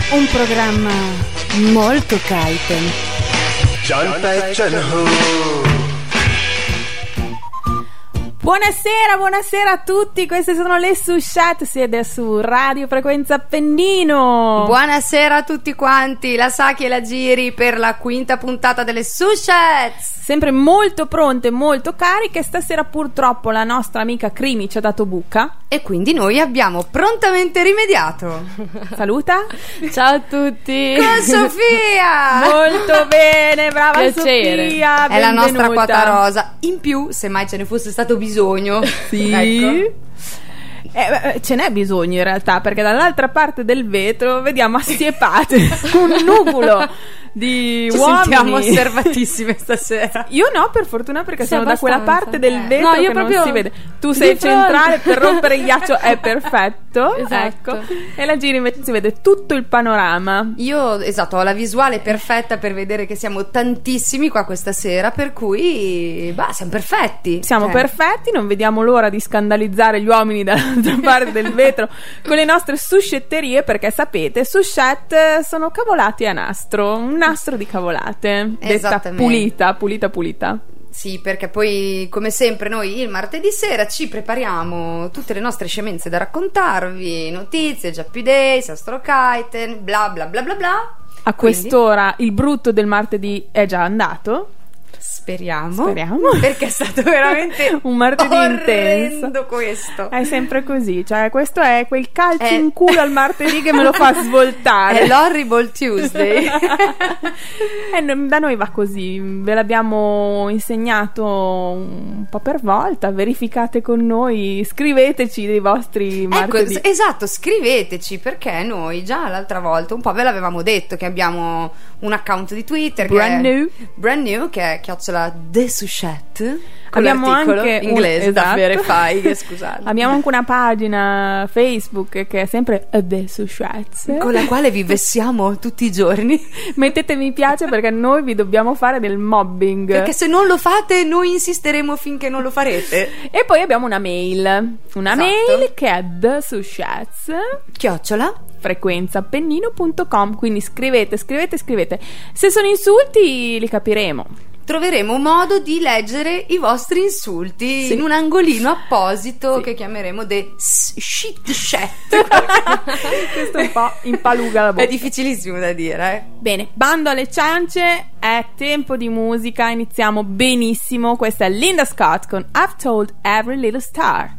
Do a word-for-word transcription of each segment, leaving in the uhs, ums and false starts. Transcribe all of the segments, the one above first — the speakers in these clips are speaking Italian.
Un programma molto Kaiten. Buonasera, buonasera a tutti, queste sono le Sushette, siete su Radio Frequenza Appennino. Buonasera a tutti quanti, la Saki e la Giri per la quinta puntata delle Sushette. Sempre molto pronte, molto cariche. Stasera purtroppo la nostra amica Crimi ci ha dato buca e quindi noi abbiamo prontamente rimediato. Saluta. Ciao a tutti. Con Sofia. Molto bene, brava. Piacere. Sofia, è la nostra benvenuta. quota rosa. In più, se mai ce ne fosse stato bisogno, sì. Ecco. Eh, ce n'è bisogno in realtà, perché dall'altra parte del vetro vediamo assiepate un nucolo di ci uomini. sentiamo osservatissime stasera. Io no, per fortuna, perché sì, sono abbastanza. Da quella parte del eh. vetro no, io che proprio non si vede. Tu sei di fronte. centrale, per rompere il ghiaccio è perfetto. Esatto. Ecco. E la Giri invece si vede tutto il panorama. Io, esatto, ho la visuale perfetta per vedere che siamo tantissimi qua questa sera, per cui, bah, siamo perfetti. Siamo Cioè. perfetti, non vediamo l'ora di scandalizzare gli uomini dall'altra parte del vetro con le nostre suscetterie, perché sapete, sushette sono cavolati a nastro, un nastro di cavolate, detta Esattamente. pulita, pulita, pulita. Sì, perché poi, come sempre, noi il martedì sera ci prepariamo tutte le nostre scemenze da raccontarvi, notizie, Happy Days, Astro Kaiten, bla bla bla bla bla. A quest'ora il brutto del martedì è già andato. Speriamo. Speriamo. Perché è stato veramente un martedì intenso. orrendo questo. È sempre così, cioè questo è quel calcio È... in culo al martedì che me lo fa svoltare. È l'Horrible Tuesday. E da noi va così, ve l'abbiamo insegnato un po' per volta, verificate con noi, scriveteci dei vostri martedì. Ecco, esatto, scriveteci, perché noi già l'altra volta un po' ve l'avevamo detto che abbiamo un account di Twitter brand che è, new brand new, che è chiocciola The Sushette, con abbiamo l'articolo anche inglese un, da esatto. verify, scusate. Abbiamo anche una pagina Facebook che è sempre The Sushette, con la quale vi vessiamo tutti i giorni. Mettete mi piace, perché noi vi dobbiamo fare del mobbing, perché se non lo fate noi insisteremo finché non lo farete. E poi abbiamo una mail una Esatto. mail che è The Sushette chiocciola frequenza appennino punto com, quindi scrivete, scrivete, scrivete. Se sono insulti li capiremo. Troveremo un modo di leggere i vostri insulti, sì. in un angolino apposito, sì. che chiameremo The Shit Chat. Questo è un po' impaluga la bocca. È difficilissimo da dire, eh. Bene, bando alle ciance, è tempo di musica, iniziamo benissimo. Questa è Linda Scott con I've Told Every Little Star.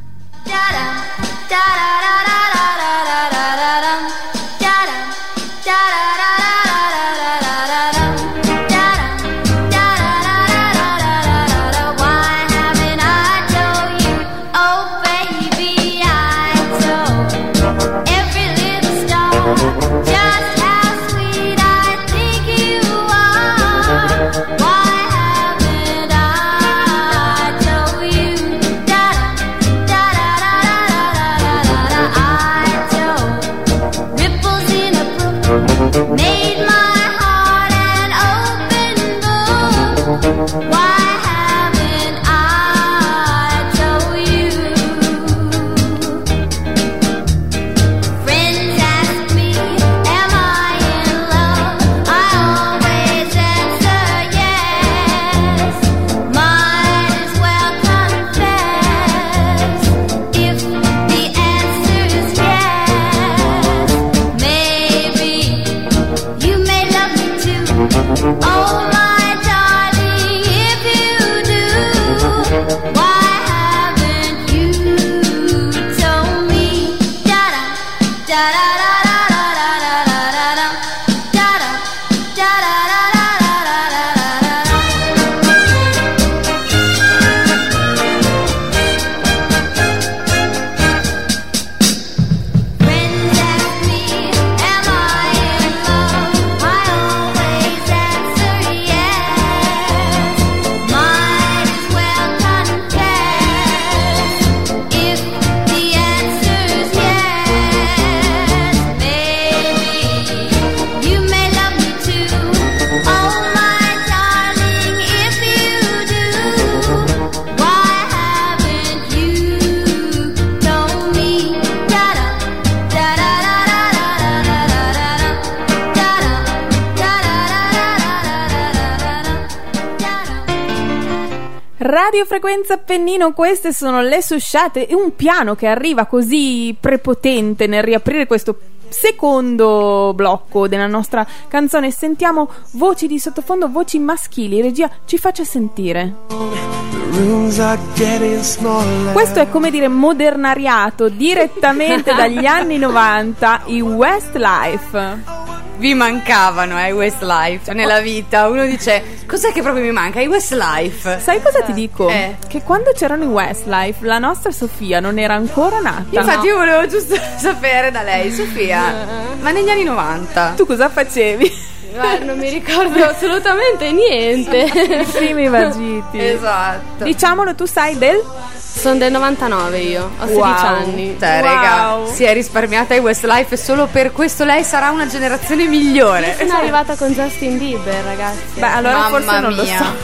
Made my heart an open book. Why haven't I told you? Friends ask me, am I in love? I always answer yes. Might as well confess if the answer is yes. Maybe you may love me too. Oh my darling, if you do, why haven't you told me? Da da da da da da da da da da da da da da Friends ask me, am I in love? I always answer Radio Frequenza Appennino, queste sono le susciate e un piano che arriva così prepotente nel riaprire questo secondo blocco della nostra canzone. Sentiamo voci di sottofondo, voci maschili. Regia, ci faccia sentire. Questo è, come dire, modernariato direttamente dagli anni novanta, i Westlife. Vi mancavano eh, i Westlife nella vita. Uno dice, cos'è che proprio mi manca? I Westlife. Sai cosa ti dico? Eh. Che quando c'erano i Westlife la nostra Sofia non era ancora nata. Infatti io volevo giusto sapere da lei, Sofia, ma negli anni novanta Tu cosa facevi? Guarda, non mi ricordo assolutamente niente. I primi vagiti. Esatto. Diciamolo, tu sai del... Sono del novantanove io, ho sedici Wow. anni. Cioè, Wow. raga, si è risparmiata i Westlife e solo per questo lei sarà una generazione migliore. Sono arrivata con Justin Bieber, ragazzi. Beh, allora Mamma forse non lo mia. so.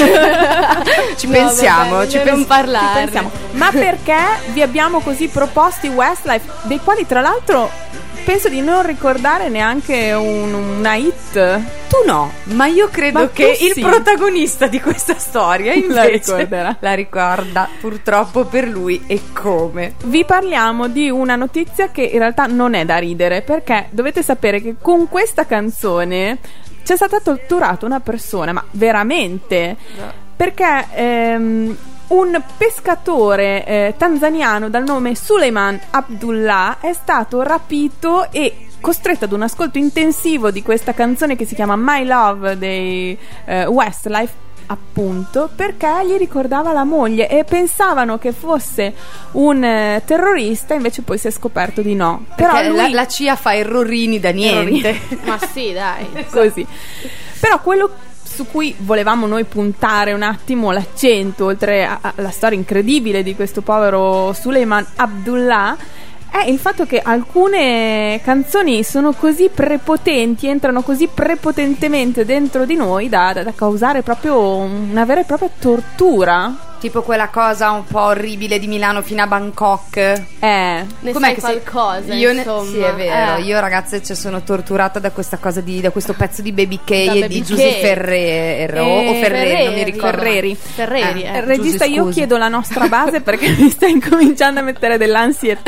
Ci No, pensiamo, vabbè, ci meglio non pens- parlarne. Ci pensiamo. Ma perché vi abbiamo così proposti Westlife, dei quali tra l'altro penso di non ricordare neanche un- una hit. Tu no, ma io credo Ma che tu il sì. protagonista di questa storia invece La ricorderà. la ricorda, purtroppo per lui, e come. Vi parliamo di una notizia che in realtà non è da ridere, perché dovete sapere che con questa canzone c'è stata torturata una persona, ma veramente, perché ehm, un pescatore eh, tanzaniano dal nome Suleiman Abdullah è stato rapito e costretto ad un ascolto intensivo di questa canzone che si chiama My Love dei eh, Westlife, appunto perché gli ricordava la moglie, e pensavano che fosse un eh, terrorista, invece poi si è scoperto di no. Però Perché lui la, la C I A fa errorini da niente. Ma sì, dai. così. Però quello su cui volevamo noi puntare un attimo l'accento, oltre a- alla storia incredibile di questo povero Suleiman Abdullah, è il fatto che alcune canzoni sono così prepotenti, entrano così prepotentemente dentro di noi da, da- da causare proprio una vera e propria tortura. Tipo quella cosa un po' orribile di Milano fino a Bangkok. Eh, Ne Com'è sai che si- qualcosa, io ne- insomma. Sì, è vero. Eh. Io, ragazze, cioè, sono torturata da questa cosa di da questo pezzo di Baby K Da e Baby di K. Giuseppe Ferrero Eh, o Ferreri, non mi Ferreri. ricordo. Ferreri. Ferreri, Eh. eh. Eh, regista, Giusy, io scusi. chiedo la nostra base perché mi sta incominciando a mettere dell'ansietà.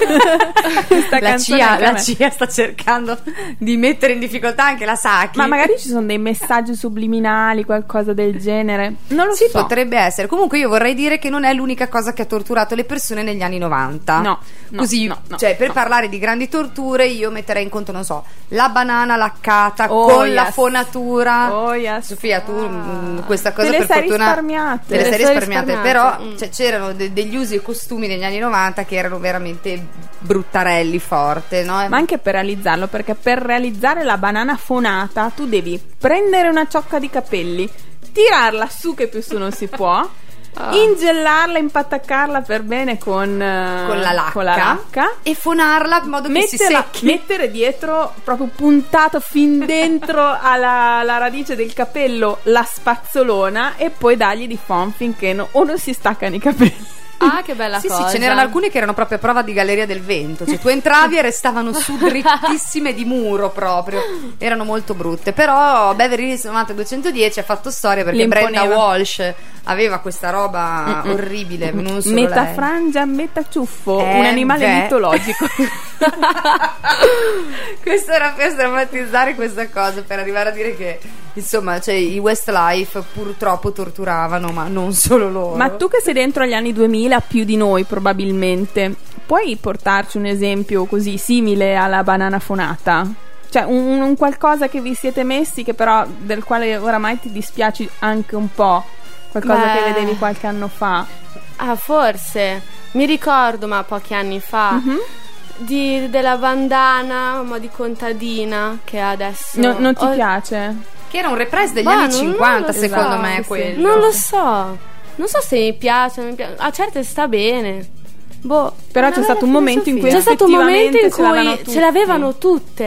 Questa La canzone C I A, anche a la me. C I A sta cercando di mettere in difficoltà anche la Saki. Ma magari ci sono dei messaggi subliminali, qualcosa del genere. Non lo Sì, so. potrebbe essere. Comunque io vorrei dire che non è l'unica cosa che ha torturato le persone negli anni novanta. No, no, Così, no, no, cioè, per no. parlare di grandi torture io metterei in conto, non so, la banana laccata Oh, con la yes. fonatura. Oh, yes. Sofia, tu mm, questa cosa Te le per sei fortuna risparmiate. te le sei Te le sei risparmiate, risparmiate. però Mm. cioè, c'erano de- degli usi e costumi negli anni novanta che erano veramente bruttarelli forte, no? Ma anche per realizzarlo, perché per realizzare la banana fonata tu devi prendere una ciocca di capelli, tirarla su che più su non si può, ingellarla, impattaccarla per bene con, eh, con la lacca, con la lacca, e fonarla in modo che si metterla, secchi. mettere dietro, proprio puntato fin dentro alla, alla radice del capello, la spazzolona, e poi dargli di foam finché no- o non si staccano i capelli. Ah, che bella Sì, cosa. sì, ce n'erano alcune che erano proprio a prova di Galleria del Vento. Cioè, tu entravi e restavano su drittissime di muro proprio. Erano molto brutte. Però Beverly Hills novantaduecentodieci ha fatto storia perché Le Brenda imponeva. Walsh aveva questa roba Mm-mm. orribile. Non solo Metà lei. frangia, metà ciuffo, Eh, un animale beh. mitologico. Questo era per drammatizzare questa cosa, per arrivare a dire che insomma, cioè, i Westlife purtroppo torturavano, ma non solo loro. Ma tu che sei dentro agli anni duemila più di noi probabilmente, puoi portarci un esempio così simile alla banana fonata? Cioè un, un qualcosa che vi siete messi che però del quale oramai ti dispiaci anche un po', qualcosa Beh. che vedevi qualche anno fa. Ah, forse. Mi ricordo, ma pochi anni fa, Mhm. di, della bandana, ma di contadina, che adesso... No- non ti ho- piace? Che era un reprise degli Ma anni non- cinquanta, non lo so, secondo me, sì, sì. quello. Non lo so. Non so se mi piace, non mi piace. A certe sta bene. Boh. Però Una c'è stato bella un momento in cui filosofia. C'è stato un momento in effettivamente ce l'avevano cui tutti. ce l'avevano tutte, eh.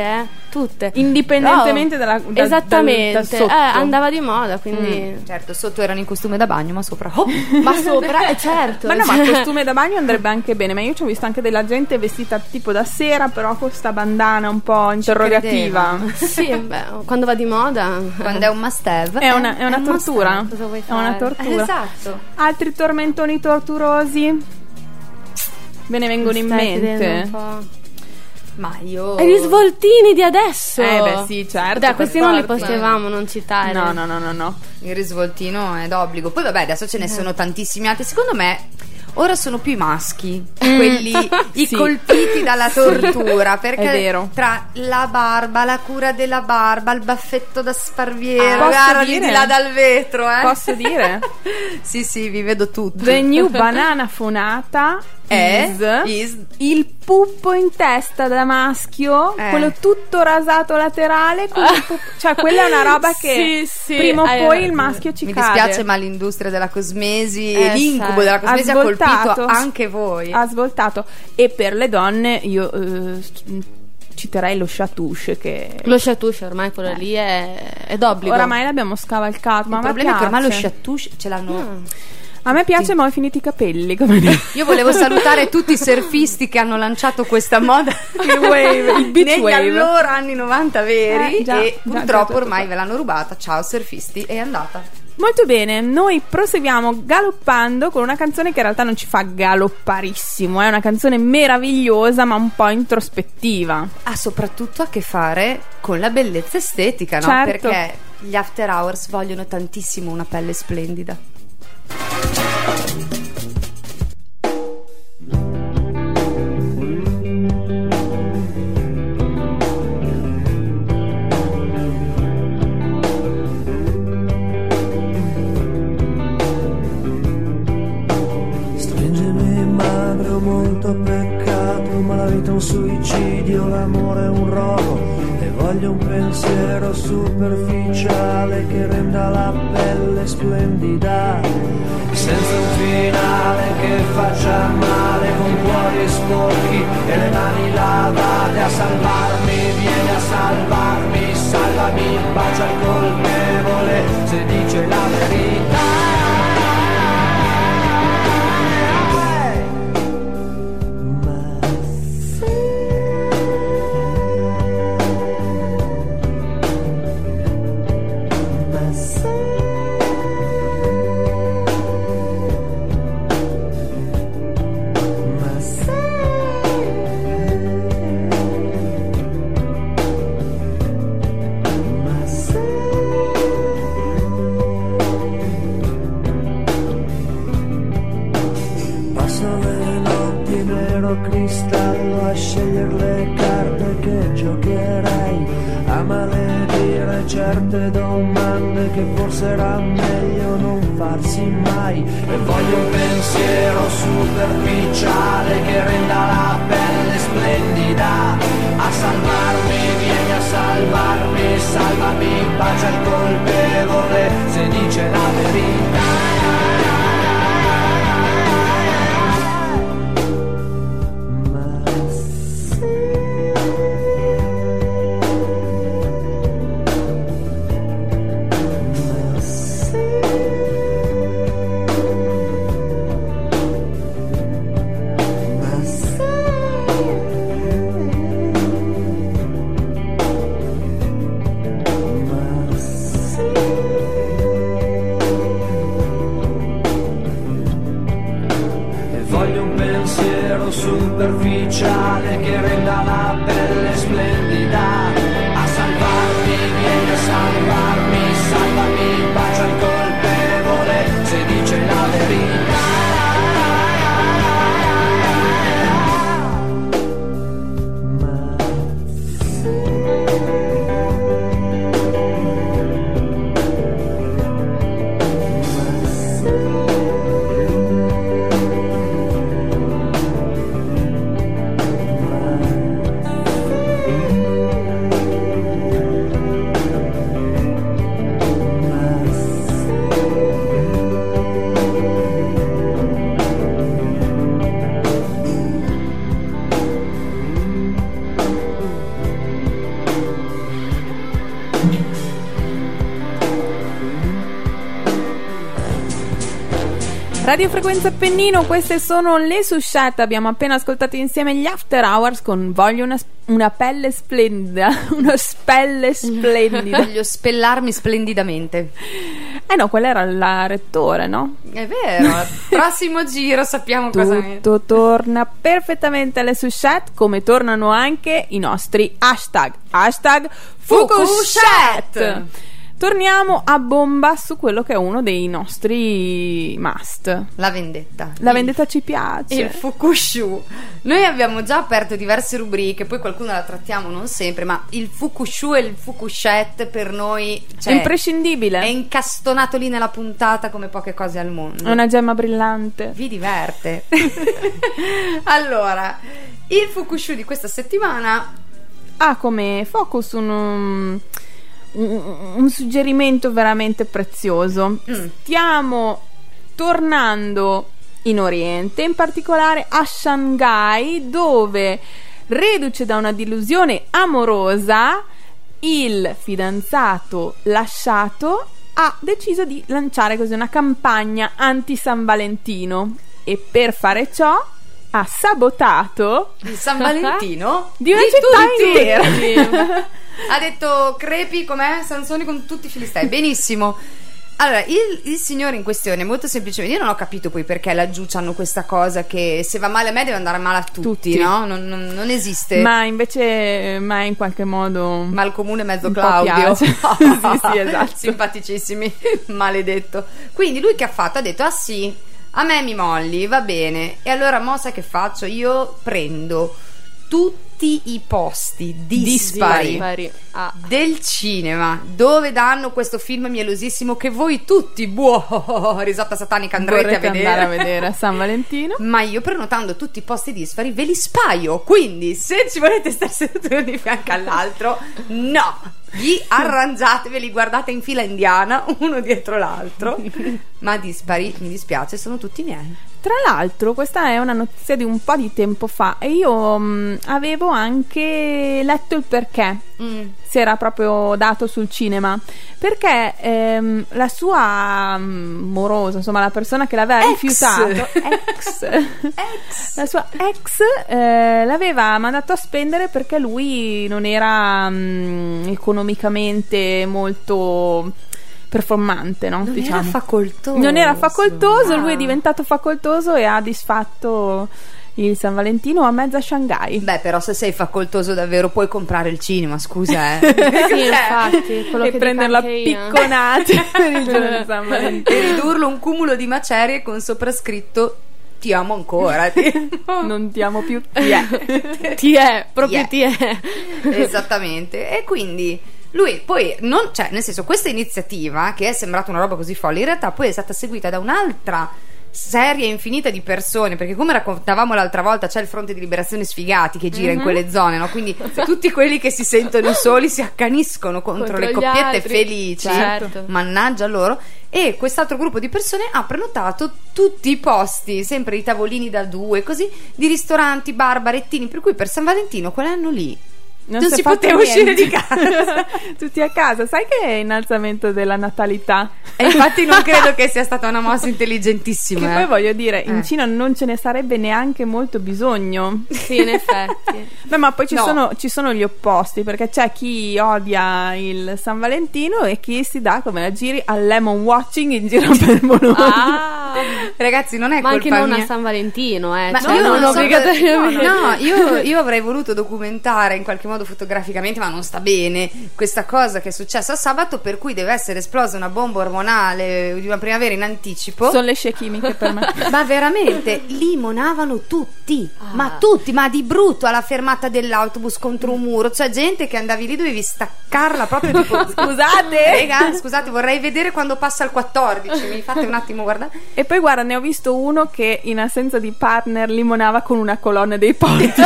tutte. Indipendentemente Però- dalla- dal- Esattamente, dal- da sotto. Eh, andava di moda, quindi... Certo, sotto erano in costume da bagno, ma sopra oh, Ma sopra, eh, certo. Ma no, ma cioè- il costume da bagno andrebbe anche bene. Ma io ci ho visto anche della gente vestita tipo da sera, però con sta bandana un po' interrogativa. Sì, beh, quando va di moda. quando è un must have. È una, è una un must tortura. have, cosa vuoi È una fare? tortura. Esatto. Altri tormentoni torturosi? Me ne vengono in Stai chiedendo mente. un po'. Ma io E gli svoltini di adesso. Eh, beh, sì, certo, Dai, per questi non li forza. potevamo non citare. No, no, no, no, no. il risvoltino è d'obbligo. Poi vabbè, adesso ce ne sono tantissimi altri. Secondo me ora sono più i maschi quelli i Sì. colpiti dalla tortura, perché È vero. tra la barba, la cura della barba, il baffetto da sparviero, Ah, posso guarda lì dire? di là dal vetro, eh. Posso dire? Sì, sì, vi vedo tutti. The new banana fonata È is, is- il puppo in testa da maschio, Eh. quello tutto rasato laterale, con il puppo- cioè quella è una roba che Sì, sì, prima o hai poi il ragione. maschio ci Mi cade. dispiace, ma l'industria della cosmesi Eh, e l'incubo sai. della cosmesi ha, colpito svoltato. anche voi. Ha svoltato. E per le donne io eh, citerei lo chatouche, che Lo chatouche ormai quello lì è, è d'obbligo. oramai l'abbiamo scavalcato, ma Il a me problema è che ormai lo piace. chatouche ce l'hanno. A me piace, ma ho finito i capelli, come dire. Io volevo salutare tutti i surfisti che hanno lanciato questa moda Il wave, il beach negli wave. allora anni novanta veri Eh, già, e già, purtroppo già, già, ormai già. ve l'hanno rubata. Ciao surfisti, è andata. Molto bene, noi proseguiamo galoppando con una canzone che in realtà non ci fa galopparissimo, è una canzone meravigliosa ma un po' introspettiva. Ha soprattutto a che fare con la bellezza estetica, no? Certo. Perché gli after hours vogliono tantissimo una pelle splendida. Stringimi in mano, è molto peccato, ma la vita è un suicidio, l'amore è un rogo e voglio un pensiero superficiale che renda la pelle splendida, senza un finale che faccia male, con cuori sporchi e le mani lavate. A salvarmi, vieni a salvarmi, salvami, bacia il colpevole se dice la verità. Passo le notti nero cristallo a scegliere le carte che giocherei, a maledire certe domande che forse era meglio non farsi mai. E voglio un pensiero superficiale che renda la pelle splendida. A salvarmi, vieni a salvarmi, salvami, bacia il colpevole se dice la verità. Voglio un pensiero superficiale che renda la pelle splendida. A salvarmi, vieni a salvarmi, salvami, bacia il colpevole se dice la verità. Radio Frequenza Appennino, queste sono le Sushette. Abbiamo appena ascoltato insieme gli After Hours con Voglio una, una pelle splendida, una spelle splendida. Voglio spellarmi splendidamente. Eh no, quella era la rettore, no? È vero, al prossimo giro sappiamo cosa è. Tutto torna perfettamente alle Sushette, come tornano anche i nostri hashtag. Hashtag Fukushette. Torniamo a bomba su quello che è uno dei nostri must. La vendetta. La vendetta ci piace. Il Fukushu. Noi abbiamo già aperto diverse rubriche, poi qualcuno la trattiamo, non sempre, ma il Fukushu e il Fukushette per noi, cioè, è imprescindibile. È incastonato lì nella puntata come poche cose al mondo. È una gemma brillante. Vi diverte. Allora, il Fukushu di questa settimana ha come focus un... un un suggerimento veramente prezioso. Mm. Stiamo tornando in Oriente, in particolare a Shanghai, dove, reduce da una delusione amorosa, il fidanzato lasciato ha deciso di lanciare così una campagna anti San Valentino e per fare ciò ha sabotato il San Valentino di una di città tutti. intera. Ha detto crepi com'è Sansoni con tutti i filistei. Benissimo. Allora, il, il signore in questione, molto semplicemente, io non ho capito poi perché laggiù c'hanno questa cosa che se va male a me deve andare male a tutti, Tutti. no? Non, non, non esiste. Ma invece, ma in qualche modo Mal comune mezzo un po' Claudio. piace. Sì, sì, esatto. Simpaticissimi. Maledetto. Quindi lui che ha fatto? Ha detto: ah sì, a me mi molli, va bene. E allora mo sai che faccio? Io prendo tutti i posti dispari, Dispari. Ah. del cinema dove danno questo film mielosissimo che voi tutti, buono, risata satanica, andrete vorrete a vedere. andare a vedere a San Valentino. Ma io, prenotando tutti i posti dispari, ve li spaio. Quindi se ci volete stare seduti uno di fianco all'altro, no, vi arrangiate, ve li guardate in fila indiana uno dietro l'altro. Ma dispari, mi dispiace, sono tutti miei. Tra l'altro, questa è una notizia di un po' di tempo fa e io mh, avevo anche letto il perché Mm. si era proprio dato sul cinema, perché ehm, la sua mh, morosa, insomma la persona che l'aveva Ex. rifiutato, ex, Ex. la sua ex eh, l'aveva mandato a spendere perché lui non era mh, economicamente molto performante, no? Non diciamo. era facoltoso. Non era facoltoso, Ah. lui è diventato facoltoso e ha disfatto il San Valentino a mezza Shanghai. Beh, però se sei facoltoso davvero puoi comprare il cinema, scusa, eh. Sì, infatti, quello E che prenderlo a dico anche io. picconate per il giorno di San Valentino. E ridurlo un cumulo di macerie con soprascritto ti amo ancora. tipo. Non ti amo più, ti è. Ti è, proprio Yeah. ti è. Esattamente. E quindi lui poi non, cioè nel senso, questa iniziativa che è sembrata una roba così folle in realtà poi è stata seguita da un'altra serie infinita di persone, perché come raccontavamo l'altra volta c'è il fronte di liberazione sfigati che gira Mhm. in quelle zone, no? Quindi tutti quelli che si sentono soli si accaniscono contro, Contro le gli coppiette altri. felici, Certo. mannaggia loro. E quest'altro gruppo di persone ha prenotato tutti i posti, sempre i tavolini da due, così, di ristoranti, bar, barettini, per cui per San Valentino quell'anno lì non, è si fatto poteva uscire niente. di casa. Tutti a casa. Sai che è innalzamento della natalità? E infatti non credo che sia stata una mossa Che intelligentissima. poi eh. voglio dire, in Eh. Cina non ce ne sarebbe neanche molto bisogno. Sì, in effetti. Beh, ma poi ci, No. sono, ci sono gli opposti, perché c'è chi odia il San Valentino e chi si dà come la giri al lemon watching in giro per Bologna. Ah, Ragazzi, non è ma anche colpa non mia. a San Valentino, eh. Ma cioè, io non, non so- obbligatoriamente. No, io, io avrei voluto documentare in qualche modo fotograficamente, ma non sta bene questa cosa che è successa sabato, per cui deve essere esplosa una bomba ormonale di una primavera in anticipo. Sono le scie chimiche per me. Ma veramente limonavano tutti, Ah. ma tutti, ma di brutto alla fermata dell'autobus contro un muro. C'è gente che andavi lì, dovevi staccarla proprio tipo Scusate! Rega, scusate, vorrei vedere quando passa il quattordici. Mi fate un attimo guardare. E poi guarda, ne ho visto uno che in assenza di partner limonava con una colonna dei portici.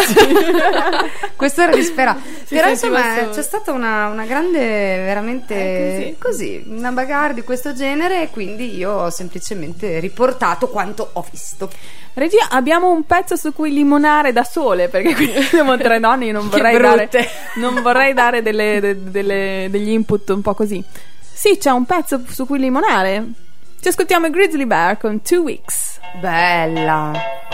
Questo era disperato. Si Però sentiva insomma solo. c'è stata una, una grande, veramente Eh, così, una bagarre di questo genere, e quindi io ho semplicemente riportato quanto ho visto. Regia, abbiamo un pezzo su cui limonare da sole, perché qui siamo tre donne, io non Che vorrei dare, brutte. non vorrei dare delle, de- delle- degli input un po' così. Sì, c'è un pezzo su cui limonare. Ci ascoltiamo i Grizzly Bear con Two Weeks. Bella.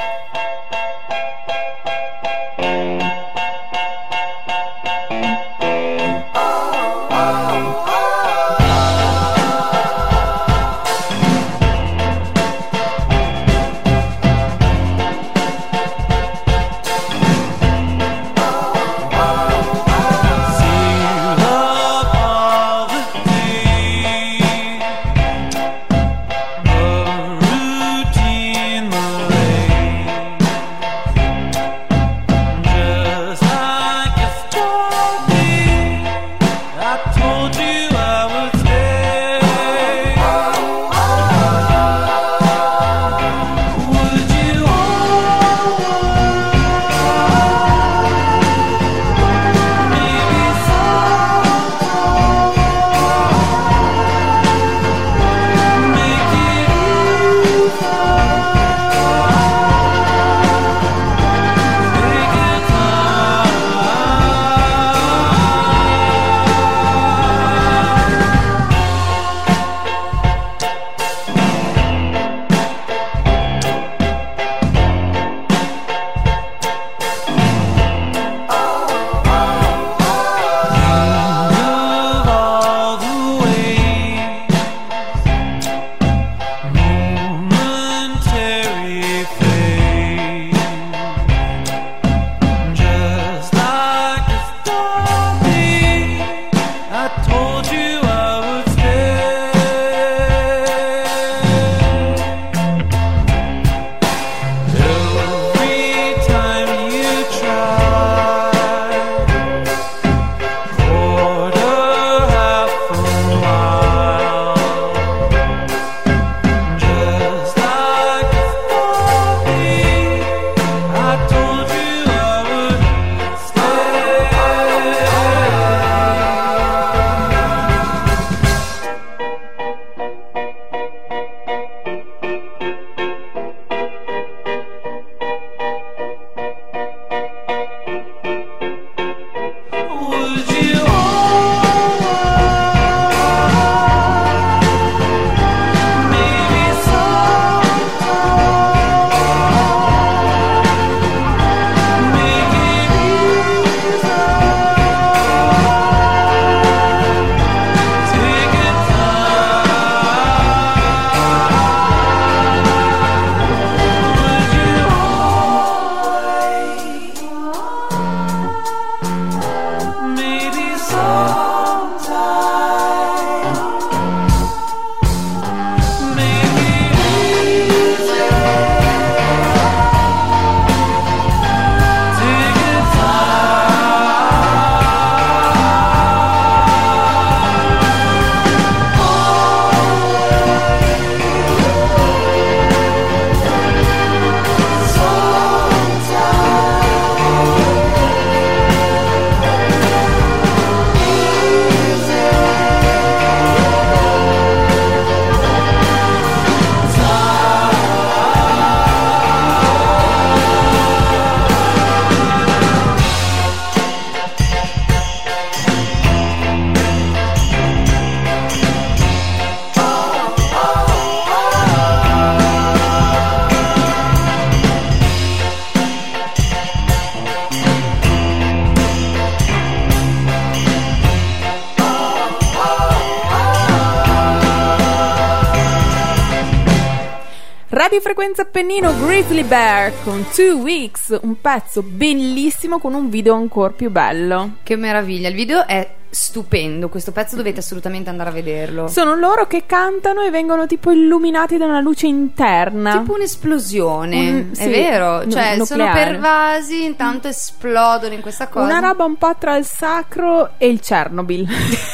Radio Frequenza Appennino, Grizzly Bear con Two Weeks, un pezzo bellissimo con un video ancora più bello. Che meraviglia, il video è stupendo, questo pezzo dovete assolutamente andare a vederlo. Sono loro che cantano e vengono tipo illuminati da una luce interna, tipo un'esplosione, Un- è sì, vero, nu- cioè sono nucleare. pervasi, intanto esplodono in questa cosa. una roba un po' tra il sacro e il Chernobyl.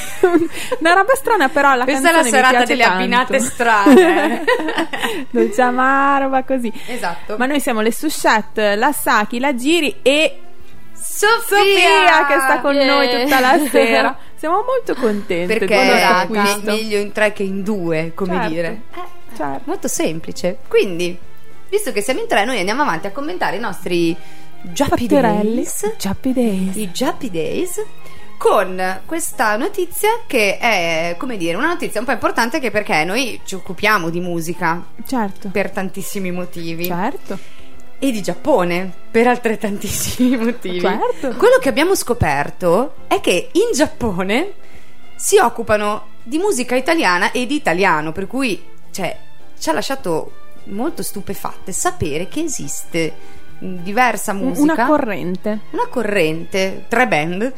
Una roba strana, però la Questa è la canzone mi serata piace delle tanto. abbinate strane. Dolce amaro, va così. Esatto. Ma noi siamo le Sushette, la Saki, la Giri e Sofia, Sofia che sta con Yeah. noi tutta la sera. Siamo molto contente perché di era questo acquisto. meglio in tre che in due, come Certo. dire. Certo. Molto semplice. Quindi, visto che siamo in tre, noi andiamo avanti a commentare i nostri Giappi Fattorelli, Days. Giappi Days. I Giappi Days. con questa notizia che è, come dire, una notizia un po' importante, che perché noi ci occupiamo di musica Certo. per tantissimi motivi Certo. e di Giappone per altrettantissimi motivi. Certo. Quello che abbiamo scoperto è che in Giappone si occupano di musica italiana e di italiano, per cui, cioè, ci ha lasciato molto stupefatte sapere che esiste diversa musica, Una corrente. una corrente, tre band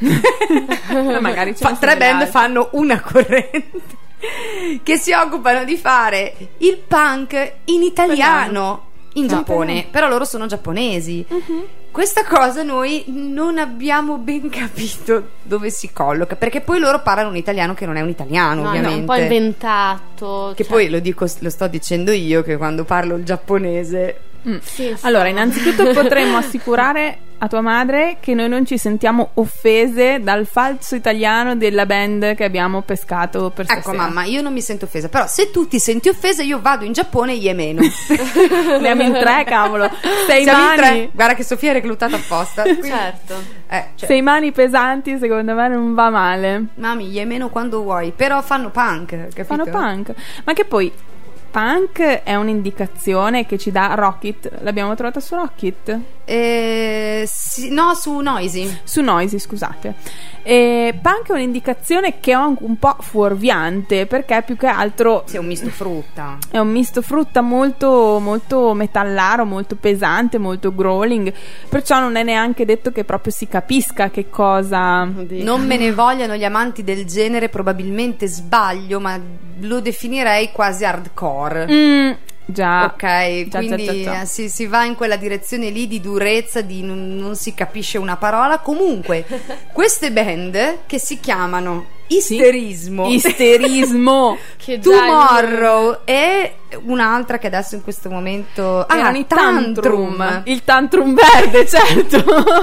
Magari ce Fa- ne sono tre band altre. fanno una corrente che si occupano di fare il punk in italiano in Giappone, italiano. però loro sono giapponesi. Mhm. Questa cosa noi non abbiamo ben capito dove si colloca, perché poi loro parlano un italiano che non è un italiano, No, no, ovviamente. un po' inventato. Che cioè- poi lo dico, lo sto dicendo io, che quando parlo il giapponese Mm. Sì, sì. Allora, innanzitutto potremmo assicurare a tua madre che noi non ci sentiamo offese dal falso italiano della band che abbiamo pescato per ecco stasera. mamma, io non mi sento offesa, però se tu ti senti offesa io vado in Giappone e meno. Andiamo in tre, cavolo. Sei Siamo in mani, tre. Guarda che Sofia è reclutata apposta. Quindi- Certo. eh, cioè, sei mani pesanti, secondo me non va male. mami, meno quando vuoi, però fanno punk, capito? Fanno punk. Ma che poi punk è un'indicazione che ci dà Rocket. L'abbiamo trovata su Rocket? Eh, sì, no, su Noisy. Su Noisy, scusate. E punk è un'indicazione che è un, un po' fuorviante, perché più che altro Sì, è un misto frutta. è un misto frutta molto, molto metallaro, molto pesante, molto growling. Perciò non è neanche detto che proprio si capisca che cosa. Oddio. Non me ne vogliano gli amanti del genere, probabilmente sbaglio, ma lo definirei quasi hardcore. Mm, già. Ok, Già, quindi già, già, già. eh, Si, si va in quella direzione lì di durezza, di non, non si capisce una parola. Comunque, queste band che si chiamano Isterismo, Isterismo. Che già Tomorrow e un'altra che adesso in questo momento ah, Erano i Tantrum. tantrum. Il tantrum verde, certo.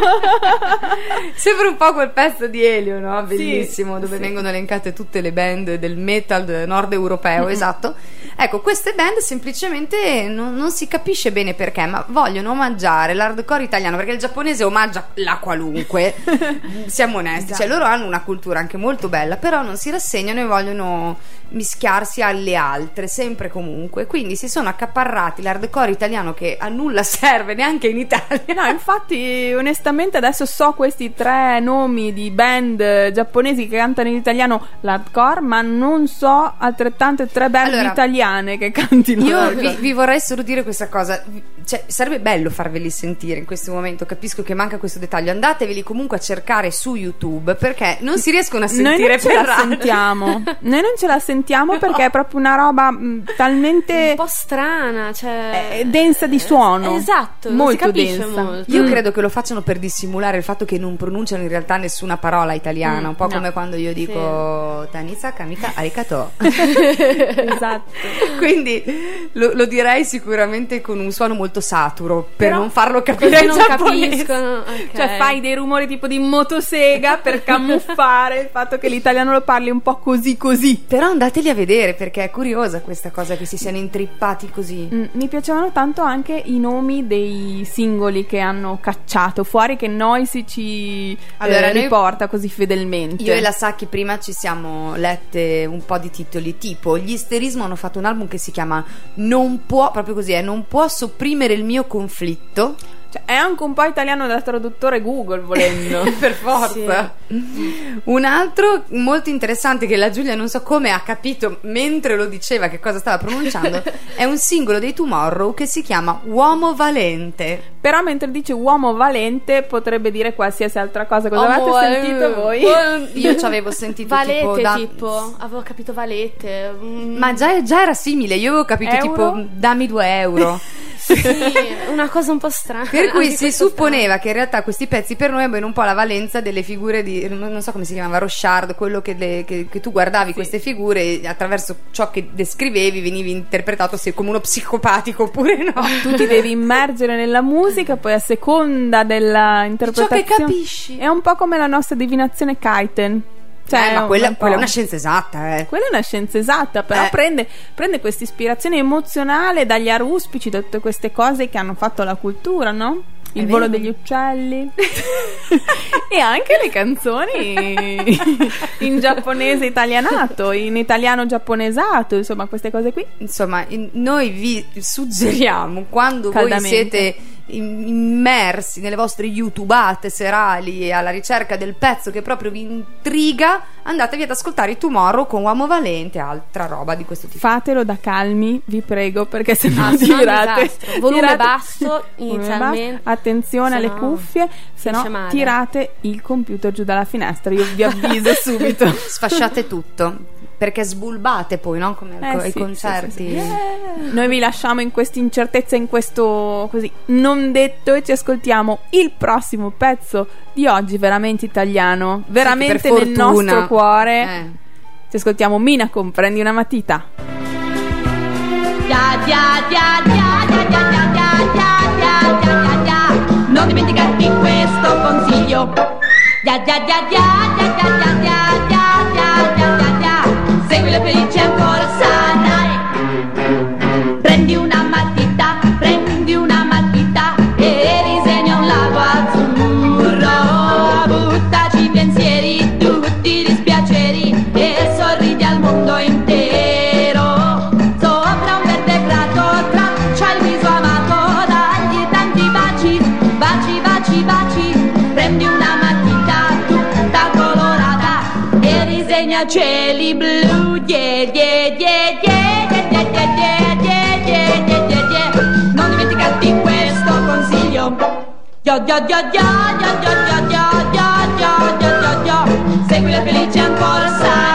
Sembra un po' quel pezzo di Elio, no? Sì, Bellissimo, dove sì. vengono elencate tutte le band del metal nord europeo, esatto. Ecco, queste band semplicemente non, non si capisce bene perché, ma vogliono omaggiare l'hardcore italiano, perché il giapponese omaggia la qualunque. Siamo onesti, Esatto. cioè loro hanno una cultura anche molto bella, però non si rassegnano e vogliono mischiarsi alle altre, sempre e comunque. Quindi si sono accaparrati l'hardcore italiano che a nulla serve neanche in Italia. No, infatti, onestamente adesso so questi tre nomi di band giapponesi che cantano in italiano l'hardcore, ma non so altrettante tre band Allora, italiane che cantino Io l'hardcore. vi, vi vorrei solo dire questa cosa, cioè sarebbe bello farveli sentire in questo momento, capisco che manca questo dettaglio, andateveli comunque a cercare su YouTube perché non si riescono a Noi sentire non ce per la radio. sentiamo. Noi non ce la sentiamo perché è proprio una roba mh, talmente un po' strana, cioè eh, densa di suono. Esatto, non molto si capisce densa. molto. Io Mm. credo che lo facciano per dissimulare il fatto che non pronunciano in realtà nessuna parola italiana, Mm, un po' no. come quando io dico Tanisa Kamika Arikato. Esatto. Quindi lo, lo direi sicuramente con un suono molto saturo per Però non farlo capire Così ai non giapponesi. capiscono. ok. Cioè fai dei rumori tipo di motosega per camuffare il fatto che l'italiano lo parli un po' così così. Però andateli a vedere perché è curiosa questa cosa che si siano intrippati così. Mm, mi piacevano tanto anche i nomi dei singoli che hanno cacciato fuori, che Noisy ci Allora, eh, noi- riporta così fedelmente. Io e la Sacchi prima ci siamo lette un po' di titoli, tipo gli Isterismo hanno fatto un album che si chiama Non può, proprio così, è Non può sopprimere il mio conflitto. Cioè, è anche un po' italiano da traduttore Google, volendo. Per forza. Un altro molto interessante che la Giulia non so come ha capito mentre lo diceva che cosa stava pronunciando è un singolo dei Tomorrow che si chiama Uomo Valente. Però mentre dice uomo valente potrebbe dire qualsiasi altra cosa. Cosa Uomo, avete eh, sentito voi? Io ci avevo sentito Valete, tipo, da- tipo, avevo capito Valete. mm, Ma già, già era simile, io avevo capito Euro? tipo dammi due euro. sì, una cosa un po' strana. Per cui Anche si questo supponeva che in realtà questi pezzi per noi abbiano un po' la valenza delle figure di, non so come si chiamava, Rochard, quello che, le- che- che tu guardavi queste figure e attraverso ciò che descrivevi venivi interpretato se come uno psicopatico oppure no. Tu ti devi immergere nella musica, poi a seconda della interpretazione capisci. è un po' come la nostra divinazione Kaiten. Cioè, Eh, ma un- quella, un po'. quella è una scienza esatta, eh. Quella è una scienza esatta, però Eh. prende, prende questa ispirazione emozionale dagli aruspici, da tutte queste cose che hanno fatto la cultura, no? il volo degli uccelli e anche le canzoni in giapponese italianato, in italiano giapponesato, insomma queste cose qui. Insomma, in- noi vi suggeriamo, quando voi Caldamente. siete in- immersi nelle vostre youtubate serali alla ricerca del pezzo che proprio vi intriga, andatevi ad ascoltare i Tomorrow con Uomo Valente e altra roba di questo tipo. Fatelo da calmi, vi prego, perché se no Ah, se no è un tirate, disastro. Volume tirate- basso volume inizialmente. basso. Attenzione Se alle no cuffie, se no finisce male. tirate il computer giù dalla finestra, io vi avviso subito. Sfasciate tutto, perché sbulbate poi, no? Come Eh, ai sì, sì, concerti. sì, sì. Noi vi lasciamo in questa incertezza, in questo così non detto, e ci ascoltiamo il prossimo pezzo di oggi, veramente italiano, veramente per nel fortuna. nostro cuore. Eh. Ci ascoltiamo Minaco, prendi una matita. Ya, ya, ya, ya, ya, ya, ya, ya, ya, ya, ya, ya. Non dimenticarti questo consiglio. Ya, ya, ya, ya, ya, ya, ya, ya, ya, ya, ya, ya, ya. Seguilo felice ancora sarai. Prendi una matita, prendi una matita e disegna un lago azzurro. Buttaci i pensieri, tutti i dispiaceri e sorridi al mondo intero. Sopra un verde prato traccia il viso amato, dagli tanti baci, baci, baci, baci. Prendi una matita tutta colorata e disegna cieli blu. Yeah, yeah, yeah, yeah, yeah, yeah, yeah, yeah, yeah, yeah, yeah, yeah. Non dimenticarti questo consiglio. Yo, yo, yo, yo, yo, yo, yo, yo, yo, yo, yo, yo, yo. Seguilo felice ancora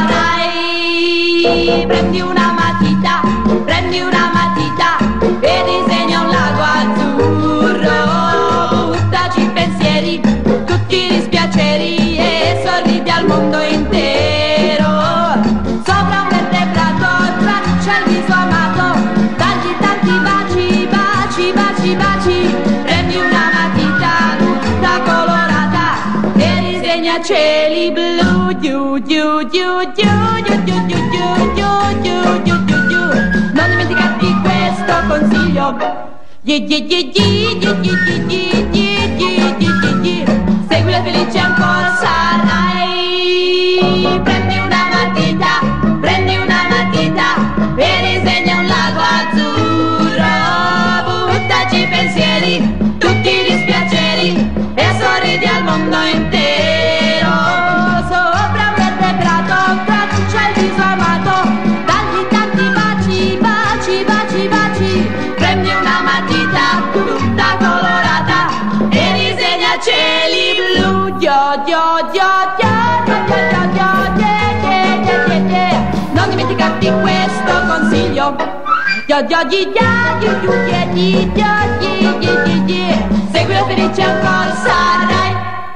sarai. Prendi una matita, prendi una matita e disegna un lago azzurro. Buttaci i pensieri, tutti i dispiaceri e sorridi al mondo intero. Sopra un verde prato traccia il viso amato, dagli tanti baci, baci, baci, baci. Prendi una matita tutta colorata e disegna cieli blu. You, you, you, you, you, you, you, you, you, you, you, you, you. Non dimenticarti questo consiglio. Yeah, yeah, yeah, yeah, yeah, yeah, yeah, yeah, yeah, yeah, yeah, yeah. Seguilo felice ancora sarai. Prendi una matita, prendi una matita e disegna un lago azzurro. Buttaci i pensieri, tutti i dispiaceri e sorridi al mondo intero. Sopra un verde prato traccia il viso amato, dagli tanti baci, baci, baci, baci. Prendi una matita tutta colorata e disegna cieli blu. Yo, yo, yo, yo, yo, yo, yo, yo, yeah, yeah, yeah, yeah, yeah. Non dimenticarti questo consiglio. Yo, yo, yo, yo, yo, yo, yeah, yeah, yeah, yeah, yeah, yeah. Seguilo felice ancora sarai.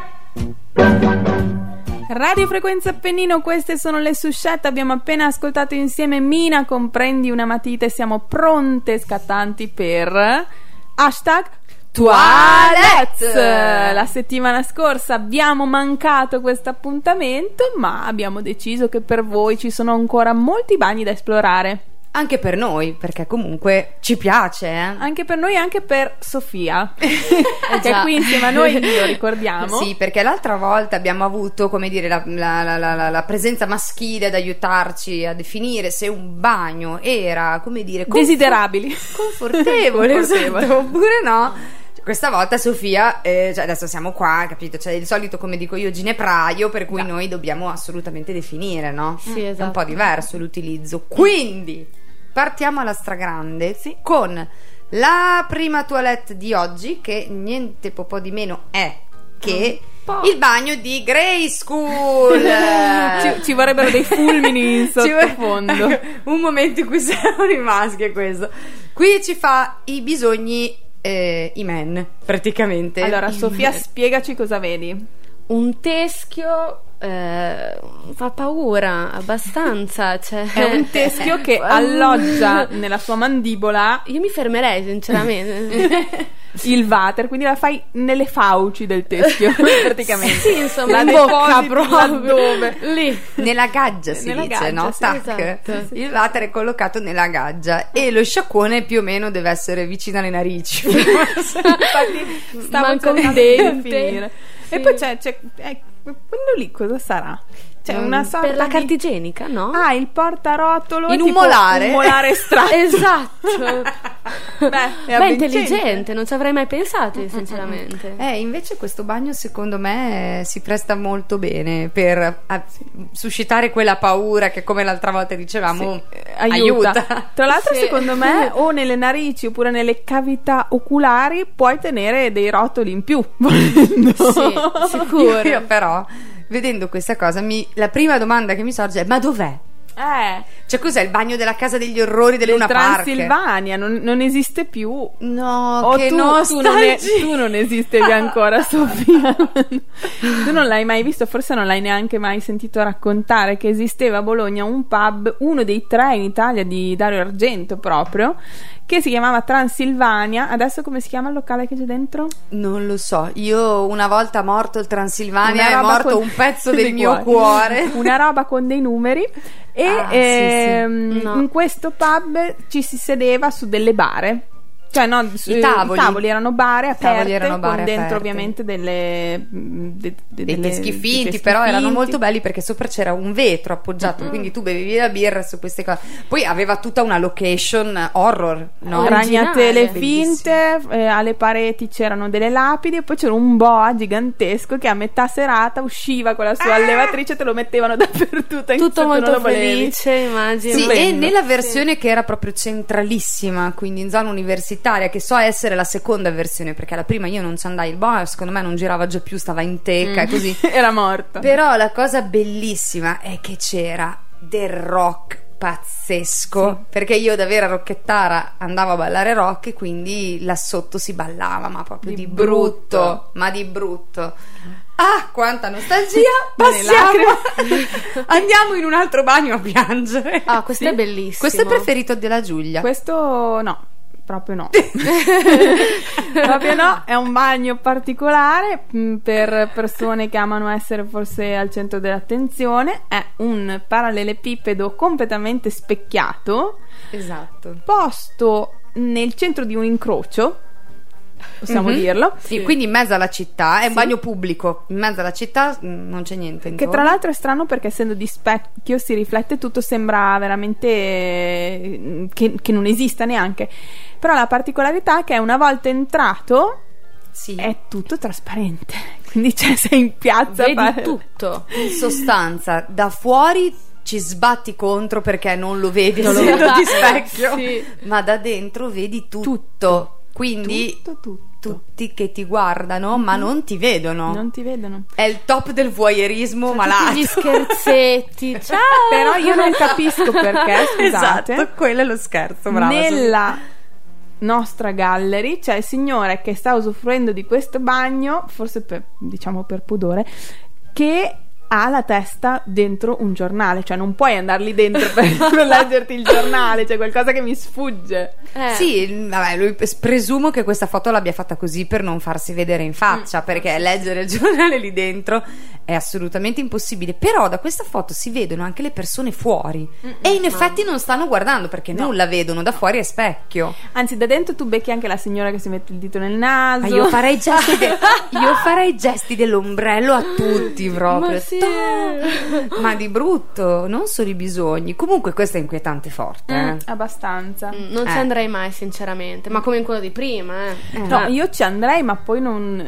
Radio Frequenza Appennino, queste sono le suscette. Abbiamo appena ascoltato insieme Mina con Prendi una matita e siamo pronte e scattanti per hashtag Toilette. La settimana scorsa abbiamo mancato questo appuntamento, ma abbiamo deciso che per voi ci sono ancora molti bagni da esplorare. Anche per noi, perché comunque ci piace, eh? Anche per noi e anche per Sofia, che è già. qui insieme a noi, lo ricordiamo. Sì, perché l'altra volta abbiamo avuto, come dire, la, la- la- la- la presenza maschile ad aiutarci a definire se un bagno era, come dire, confo- Desiderabili. confortevole, Confortevole. esatto, oppure no. Questa volta Sofia, eh, cioè adesso siamo qua, capito? C'è il solito, come dico io, ginepraio, per cui noi dobbiamo assolutamente definire, no? Sì, È un esatto. po' diverso l'utilizzo. Quindi partiamo alla stragrande con la prima toilette di oggi, che niente po' po' di meno è che il bagno di Grey School. ci, ci vorrebbero dei fulmini in Ci vuole- sottofondo. Un momento in cui siamo rimasti è questo. Qui ci fa i bisogni eh, i men, praticamente. Allora, Sofia, spiegaci cosa vedi. Un teschio Eh, fa paura abbastanza, cioè. È un teschio che alloggia nella sua mandibola Io mi fermerei sinceramente. il water, quindi la fai nelle fauci del teschio praticamente. Sì, insomma, la in bocca depositi proprio. laddove? Lì. Nella gaggia si Nella dice, gaggia, no? sì, Tac. esatto. Il water è collocato nella gaggia e lo sciacquone più o meno deve essere vicino alle narici. Infatti stavo Manca un cercando di dente. definire. Sì. E poi c'è, c'è eh, quello lì cosa sarà? C'è una sorta Per la di... carta igienica, no? Ah, il portarotolo In è un tipo molare. un molare estratto. Esatto. Beh, è Beh, avvincente. intelligente, non ci avrei mai pensato io, sinceramente. Eh, invece questo bagno secondo me si presta molto bene per a- suscitare quella paura che, come l'altra volta dicevamo, Sì, aiuta. aiuta. Tra l'altro, Sì. secondo me, o nelle narici oppure nelle cavità oculari puoi tenere dei rotoli in più. volendo. Sì, sicuro. Io però, vedendo questa cosa, mi- la prima domanda che mi sorge è: ma dov'è? Eh, Cioè, cos'è il bagno della casa degli orrori del del Luna Park? Transilvania non, non esiste più. No, O che tu, tu, non è- nostalgia. tu non esistevi ancora, Sofia. Tu non l'hai mai visto, forse non l'hai neanche mai sentito raccontare che esisteva a Bologna un pub, uno dei tre in Italia di Dario Argento proprio, che si chiamava Transilvania. Adesso come si chiama il locale che c'è dentro? Non lo so, io una volta morto il Transilvania Una è roba morto con- un pezzo dei del mio cuori. cuore. Una roba con dei numeri. E Ah, sì, ehm, sì. No. in questo pub ci si sedeva su delle bare. Cioè, no, su- I tavoli. erano bare aperte, tavoli erano bare con dentro aperte. ovviamente delle, mh, de- de- Dei delle- teschi dei finti, teschi però erano finti. molto belli perché sopra c'era un vetro appoggiato, quindi tu bevevi la birra su queste cose. Poi aveva tutta una location horror, no? Originale. Ragnatele Bellissimo. finte, eh, alle pareti c'erano delle lapidi e poi c'era un boa gigantesco che a metà serata usciva con la sua allevatrice e te lo mettevano dappertutto. anche se tu Tutto non molto lo volevi. felice, immagino. Sì, e Stupendo. nella versione che era proprio centralissima, quindi in zona universitaria, che so essere la seconda versione, perché la prima io non ci andai, il boa secondo me non girava già più, stava in teca e così. Era morto. Però la cosa bellissima è che c'era del rock pazzesco, perché io da vera rocchettara andavo a ballare rock e quindi là sotto si ballava, ma proprio Di di, brutto, brutto. ma di brutto. Ah, quanta nostalgia! Ma le Passiamo, andiamo in un altro bagno a piangere. Ah, questo Sì. è bellissimo. Questo è preferito della Giulia. Questo no, proprio no. Proprio no, è un bagno particolare mh, per persone che amano essere forse al centro dell'attenzione. È un parallelepipedo completamente specchiato, Esatto. posto nel centro di un incrocio, possiamo Mhm. dirlo. Sì, quindi in mezzo alla città, è un Sì. bagno pubblico, in mezzo alla città mm, non c'è niente Che intorno. tra l'altro è strano perché essendo di specchio si riflette tutto, sembra veramente eh, che, che non esista neanche. Però la particolarità è che una volta entrato Sì. è tutto trasparente. Quindi cioè, sei in piazza a Vedi fare- tutto. In sostanza, da fuori ci sbatti contro perché non lo vedi Non lo essendo vedi. di specchio, Sì. ma da dentro vedi tutto. Tutto. Quindi tutto, tutto. tutti che ti guardano, ma non ti vedono. Non ti vedono. È il top del voyeurismo malato. Tutti gli scherzetti. Ciao. Però io non capisco perché, scusate. Esatto, quello è lo scherzo, brava. Nella nostra gallery c'è il signore che sta usufruendo di questo bagno, forse per, diciamo per pudore, che ha la testa dentro un giornale, cioè non puoi andare lì dentro per, per leggerti il giornale, c'è qualcosa che mi sfugge. Eh. Sì, vabbè, lui presumo che questa foto l'abbia fatta così per non farsi vedere in faccia, Mm. perché leggere il giornale lì dentro è assolutamente impossibile. Però da questa foto si vedono anche le persone fuori e in effetti non stanno guardando perché No. nulla vedono, da fuori è specchio. Anzi, da dentro tu becchi anche la signora che si mette il dito nel naso. Ma io farei gesti, de- io farei gesti dell'ombrello a tutti proprio. Ma sì. Ta- Ma di brutto, non solo i bisogni. Comunque questo è inquietante forte. Mm, eh. abbastanza. Mm, Non ci Eh. andrei mai, sinceramente. Ma come in quello di prima, eh. No, io ci andrei, ma poi non.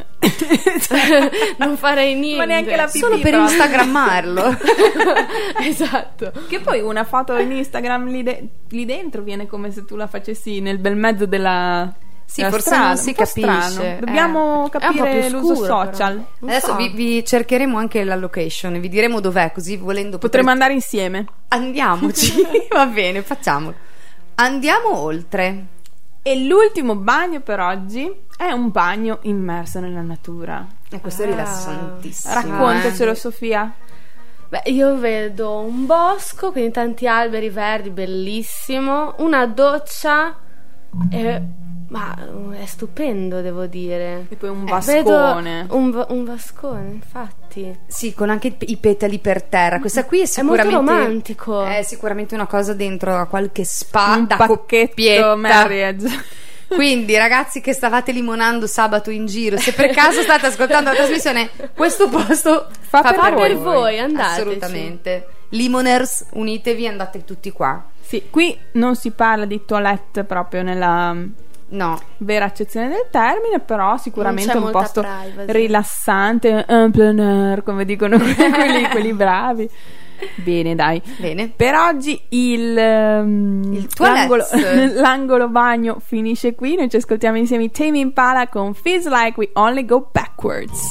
Non farei niente. Ma neanche la pipì, Solo per proprio. instagrammarlo. Esatto. Che poi una foto in Instagram lì, de- lì dentro viene come se tu la facessi nel bel mezzo della. Sì, della forse strada, non si un po' capisce, strano. eh. Dobbiamo È un po' capire più l'uso scuro, social. però. Non Adesso so. vi, vi cercheremo anche la location e vi diremo dov'è, così volendo Potremmo potrete- andare insieme. Andiamoci. Va bene, facciamolo. Andiamo oltre. E l'ultimo bagno per oggi è un bagno immerso nella natura. E questo è Ah. rilassantissimo. Raccontacelo, eh. Sofia. Beh, io vedo un bosco, quindi tanti alberi verdi, bellissimo, una doccia, e, ma è stupendo, devo dire. E poi un Eh, vascone. vedo un, va- un vascone, infatti. Sì, con anche i- i petali per terra. Questa qui è È molto sicuramente romantico. È sicuramente una cosa dentro a qualche spa Un da pacchetto coppietta. marriage. Quindi, ragazzi che stavate limonando sabato in giro, se per caso state ascoltando la trasmissione, questo posto Fa per Fa per voi, andateci. Assolutamente. Limoners, unitevi, andate tutti qua. Sì, qui non si parla di toilette proprio nella No, vera accezione del termine, però sicuramente Non è c'è un molta posto privacy. rilassante, un plein air, come dicono quelli, quelli bravi. Bene, dai. bene. Per oggi il, ehm, Il toilette. l'angolo, l'angolo bagno finisce qui. Noi ci ascoltiamo insieme i Tame Impala con Feels Like We Only Go Backwards.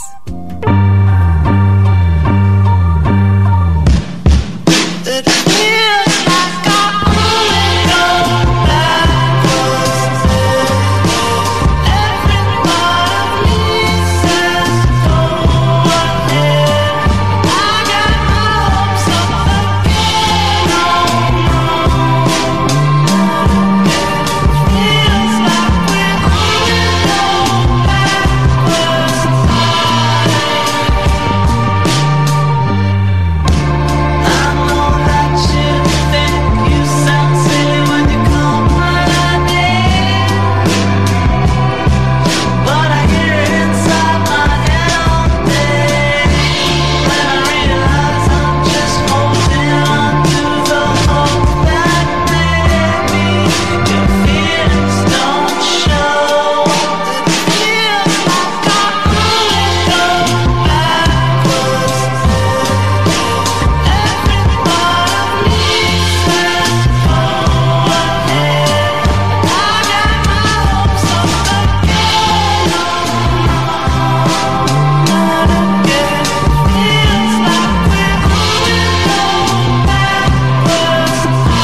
It feels like I only go backwards. Every part of me says go ahead. I got my hopes up again. It feels like we only go backwards. I know that you think you sound silly when you call my name, but I hear it inside my head all day. When I realize I'm just holding on to the hope that maybe your feelings don't show. It feels like I only go backwards. Every part of me says go ahead. I got my hopes up again. But again, feels like we only go backwards.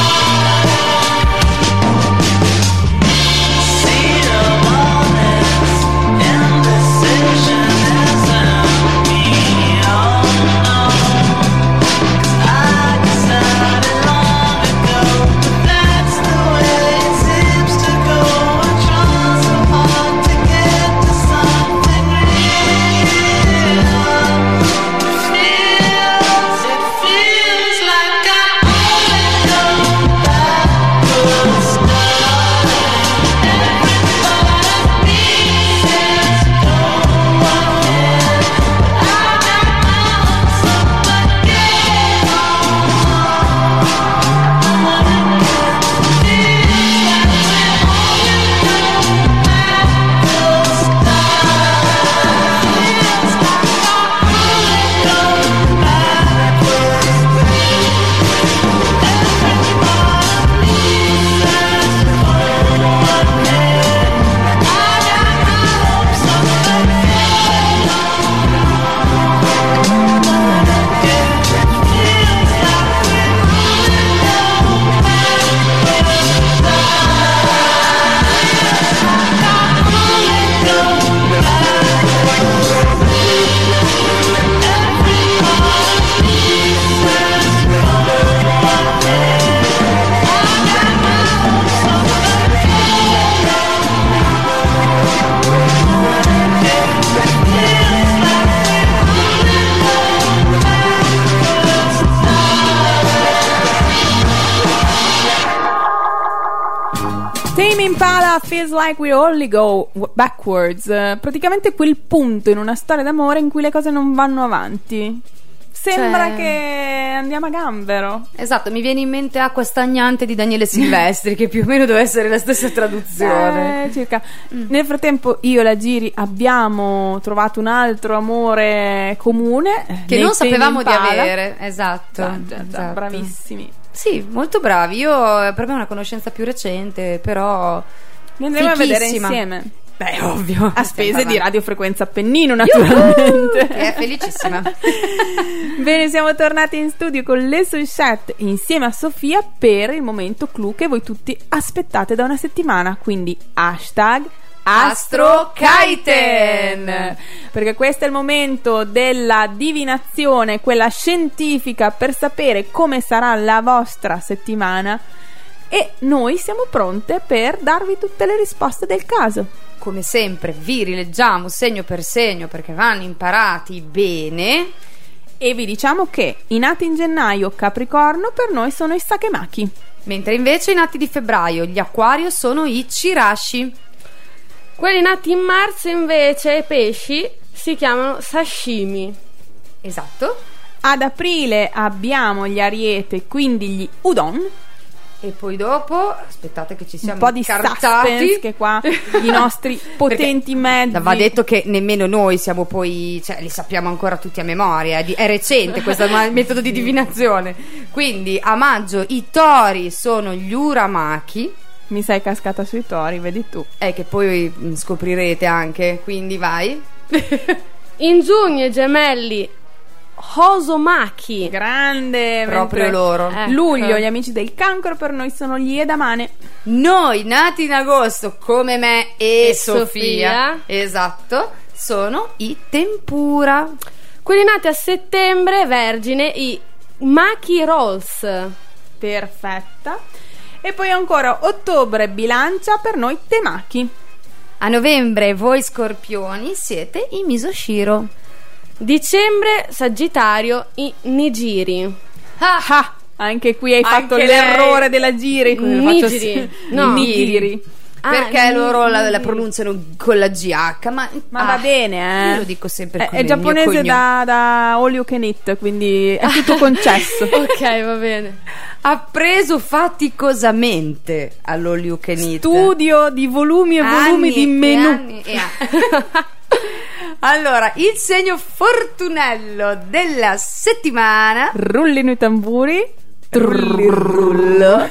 See the moments, indecision isn't me. Oh no. I decided long ago that's the way it seems to go. I'm trying so hard to get to something real. It feels, it feels like I only go backwards. Every part of me says go ahead. I got my hopes up again. But again, feels like we only go backwards. Feels like I only go backwards. Every part of me says go ahead. I got my hopes up again. But again, feels like we only go Tame Impala, Feels Like We Only Go Backwards. Eh, praticamente quel punto in una storia d'amore in cui le cose non vanno avanti. Sembra Cioè- che andiamo a gambero. Esatto, mi viene in mente Acqua stagnante di Daniele Silvestri, che più o meno deve essere la stessa traduzione. Eh, circa. Nel frattempo io e la Giri abbiamo trovato un altro amore comune eh, Che nei non Tame sapevamo di Impala. avere. Esatto, Già, già, già, esatto. bravissimi. Sì, molto bravi. Io per me è una conoscenza più recente, però Li andremo a vedere fichissima. insieme. Beh, ovvio. A spese Stiamo di radiofrequenza Appennino, Yuhu! naturalmente. Che è felicissima. Bene, siamo tornati in studio con le Souchette insieme a Sofia per il momento clou che voi tutti aspettate da una settimana. Quindi hashtag Astro Kiten, perché questo è il momento della divinazione, quella scientifica, per sapere come sarà la vostra settimana, e noi siamo pronte per darvi tutte le risposte del caso. Come sempre vi rileggiamo segno per segno perché vanno imparati bene. E vi diciamo che i nati in gennaio, Capricorno, per noi sono i Sakemaki, Mentre invece i nati di febbraio, gli Acquario, sono i Chirashi. Quelli nati in marzo invece, i pesci, si chiamano sashimi. Esatto. ad aprile abbiamo gli Ariete, quindi gli Udon. E poi dopo, aspettate che ci siamo Un po' di incartati, suspense, che qua i nostri potenti mezzi. va detto che nemmeno noi siamo poi, cioè li sappiamo ancora tutti a memoria, è, di- è recente questo ma- metodo di divinazione. Quindi a maggio i Tori sono gli Uramaki, Mi sei cascata sui tori, vedi tu. eh, che poi mm, scoprirete anche, quindi vai. In giugno i gemelli Hosomaki. Grande. Proprio mentre loro. Ecco. Luglio, gli amici del cancro, per noi sono gli Edamane. Noi nati in agosto come me e, E Sofia, Sofia. esatto, sono i Tempura. Quelli nati a settembre, Vergine, i Maki Rolls. Perfetta. E poi ancora ottobre, Bilancia, per noi Temaki. A novembre voi Scorpioni siete i Misoshiro. Dicembre, Sagittario, i Nigiri. Ah, ah, anche qui hai Anche fatto lei. l'errore della giri. Come lo faccio Nigiri. sì- No. Nigiri. Ah, Perché ni- loro la, la pronunciano con la G H, ma, Ma ah, va bene, eh. Io lo dico sempre È, come è il mio giapponese cognome. da, da all you can eat, quindi è tutto concesso. Ok, va bene. Ha preso faticosamente all'All You Can Eat. Studio di volumi e volumi Anni di e menù. anni e anni. Allora, il segno fortunello della settimana, Rullino i tamburi. Trullo.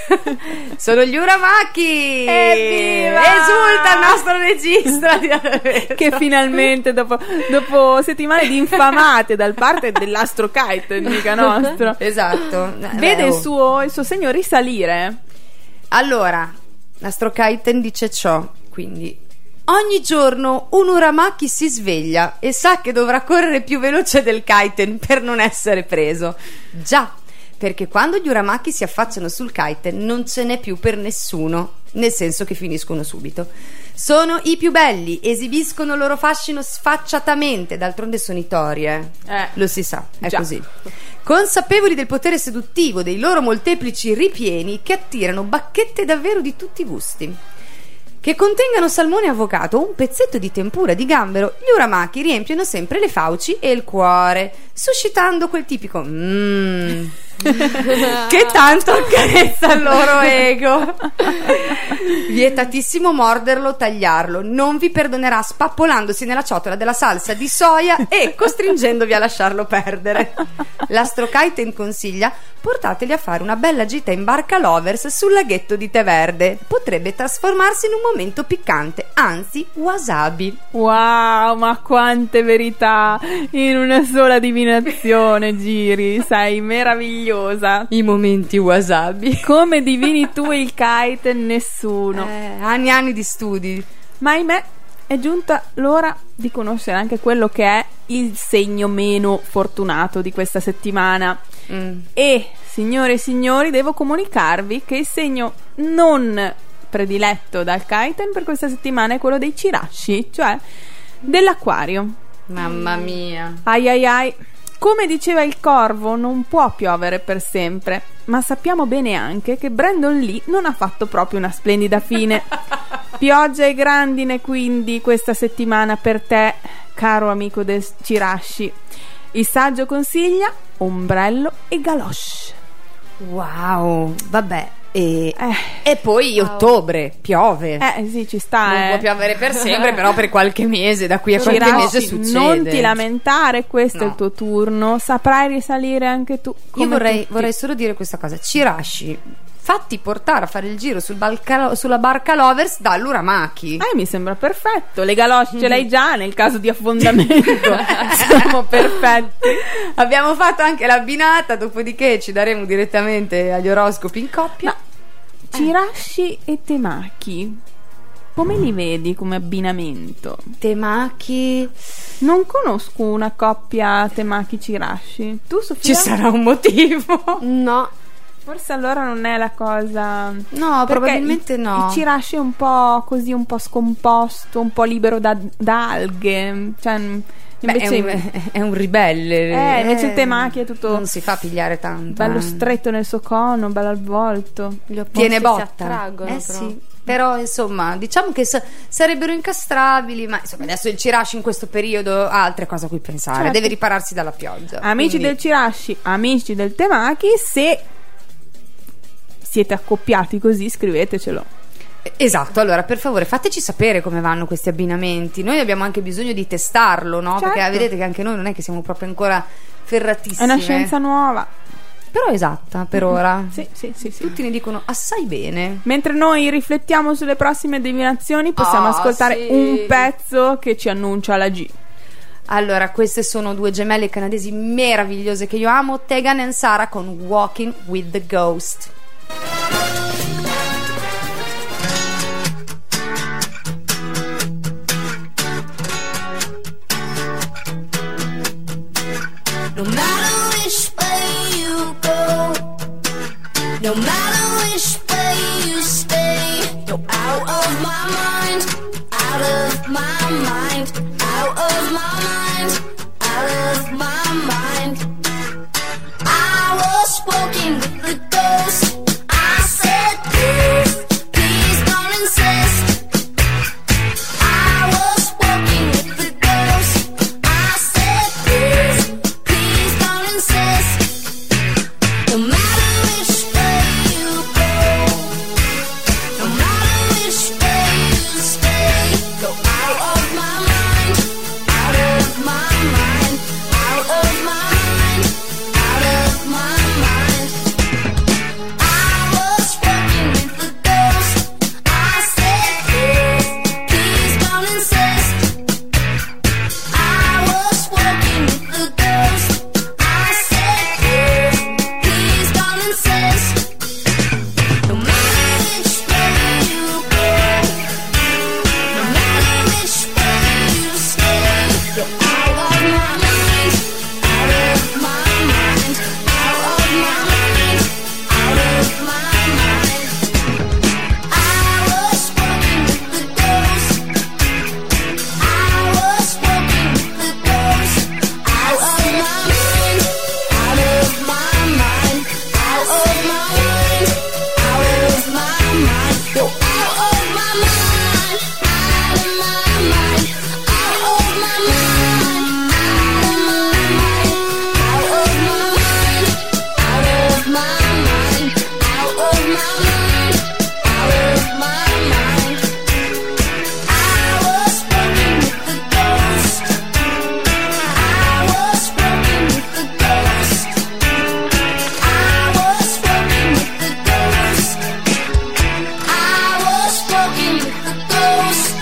sono gli Uramaki. Evviva! Esulta il nostro regista di averlo. Che finalmente dopo, dopo settimane di infamate dal parte dell'Astro Kite, mica nostro, Esatto. vede Beh, il oh. suo, il suo segno risalire. Allora, l'Astro Kiten dice ciò, quindi ogni giorno un Uramaki si sveglia e sa che dovrà correre più veloce del Kiten per non essere preso. Già, perché quando gli Uramaki si affacciano sul Kiten non ce n'è più per nessuno, nel senso che finiscono subito. Sono i più belli, esibiscono il loro fascino sfacciatamente, d'altronde sono i tori, eh. Eh, Lo si sa, è già. così. Consapevoli del potere seduttivo dei loro molteplici ripieni che attirano bacchette davvero di tutti i gusti. Che contengano salmone avvocato o un pezzetto di tempura di gambero, gli Uramaki riempiono sempre le fauci e il cuore, suscitando quel tipico mmm che tanto accarezza il loro ego. Vietatissimo morderlo o tagliarlo, non vi perdonerà spappolandosi nella ciotola della salsa di soia e costringendovi a lasciarlo perdere. L'Astro Kiten consiglia: portateli a fare una bella gita in barca lovers sul laghetto di Tè Verde, potrebbe trasformarsi in un momento piccante, anzi wasabi. wow, ma quante verità in una sola divinazione, Giri, sei meravigliosa. I momenti wasabi. Come divini tu il kite, nessuno. Eh, anni e anni di studi. Ma ahimè, è giunta l'ora di conoscere anche quello che è il segno meno fortunato di questa settimana. Mm. E, signore e signori, devo comunicarvi che il segno non prediletto dal Kiten per questa settimana è quello dei Chirashi, cioè dell'Acquario. Mamma mia. Ai ai ai. Come diceva il corvo, non può piovere per sempre, ma sappiamo bene anche che Brandon Lee non ha fatto proprio una splendida fine. Pioggia e grandine quindi questa settimana per te, caro amico del Chirashi. Il saggio consiglia ombrello e galoche. Wow, vabbè. E, Eh, e poi ottobre piove. eh sì, ci sta. non eh. può piovere per sempre, però per qualche mese, da qui a qualche Chirashi, mese succede. non ti lamentare, questo è No. il tuo turno. Saprai risalire anche tu. Io come vorrei, tutti. vorrei solo dire questa cosa: Chirashi, fatti portare a fare il giro sul balca- sulla barca lovers dall'Uramaki. Eh, mi sembra perfetto. Le galoche ce l'hai già nel caso di affondamento. Siamo perfetti. Abbiamo fatto anche l'abbinata, dopodiché ci daremo direttamente agli oroscopi in coppia. Ma Chirashi e Temaki come li vedi come abbinamento? Temaki. Non conosco una coppia Temaki Chirashi. Tu, Sofia? Ci sarà un motivo. No, Forse allora non è la cosa. No, Perché probabilmente il, no. Il Chirashi è un po' così, un po' scomposto, un po' libero da, da alghe. Cioè, Beh, invece, è, un, è un ribelle. Eh, invece il Temaki è tutto non si fa pigliare tanto. bello eh. stretto nel suo cono, bello al volto. gli opposti Tiene si botta. attraggono, Eh però. sì. Però insomma, diciamo che sa- sarebbero incastrabili, ma insomma, adesso il Chirashi in questo periodo ha altre cose a cui pensare, Certo. deve ripararsi dalla pioggia. Amici quindi- del Chirashi, amici del Temaki, se siete accoppiati così, scrivetecelo. Esatto, allora per favore fateci sapere come vanno questi abbinamenti. Noi abbiamo anche bisogno di testarlo, no? Certo. Perché vedete che anche noi non è che siamo proprio ancora ferratissimi. È una scienza nuova. Però esatta per ora. Sì, sì, sì, sì. Tutti ne dicono assai bene. Mentre noi riflettiamo sulle prossime divinazioni, possiamo Ah, ascoltare sì. un pezzo che ci annuncia la G. Allora, queste sono due gemelle canadesi meravigliose che io amo, Tegan e Sara con Walking with the Ghost. No matter which way you go, no matter which way you stay, you're out of my mind, out of my mind, out of my mind, out of my mind. I was walking with the ghost. I said, please, please don't insist. I was walking with the ghost. I said, please, please don't insist. No matter which way you go, no matter which way you stay, go out of my mind, out of my mind, out of my mind, out of my mind. I was walking with the ghost. I said, please, please don't insist. I was walking with the ghost. I said, please, please don't insist. No matter which way you go, no matter which way you stay, you're out of my mind, out of my mind, out of my mind, out of my mind. I was walking with the ghost. I was walking with the ghost. Out of my mind, out of my mind, out of my mind, out of my mind. You're out of my mind, out of my mind, out of my mind, out of my mind, out of my mind, out of my mind, out of my mind. I was walking with the ghost. I was walking with the ghost. I was walking with the ghost. I was walking with the ghost.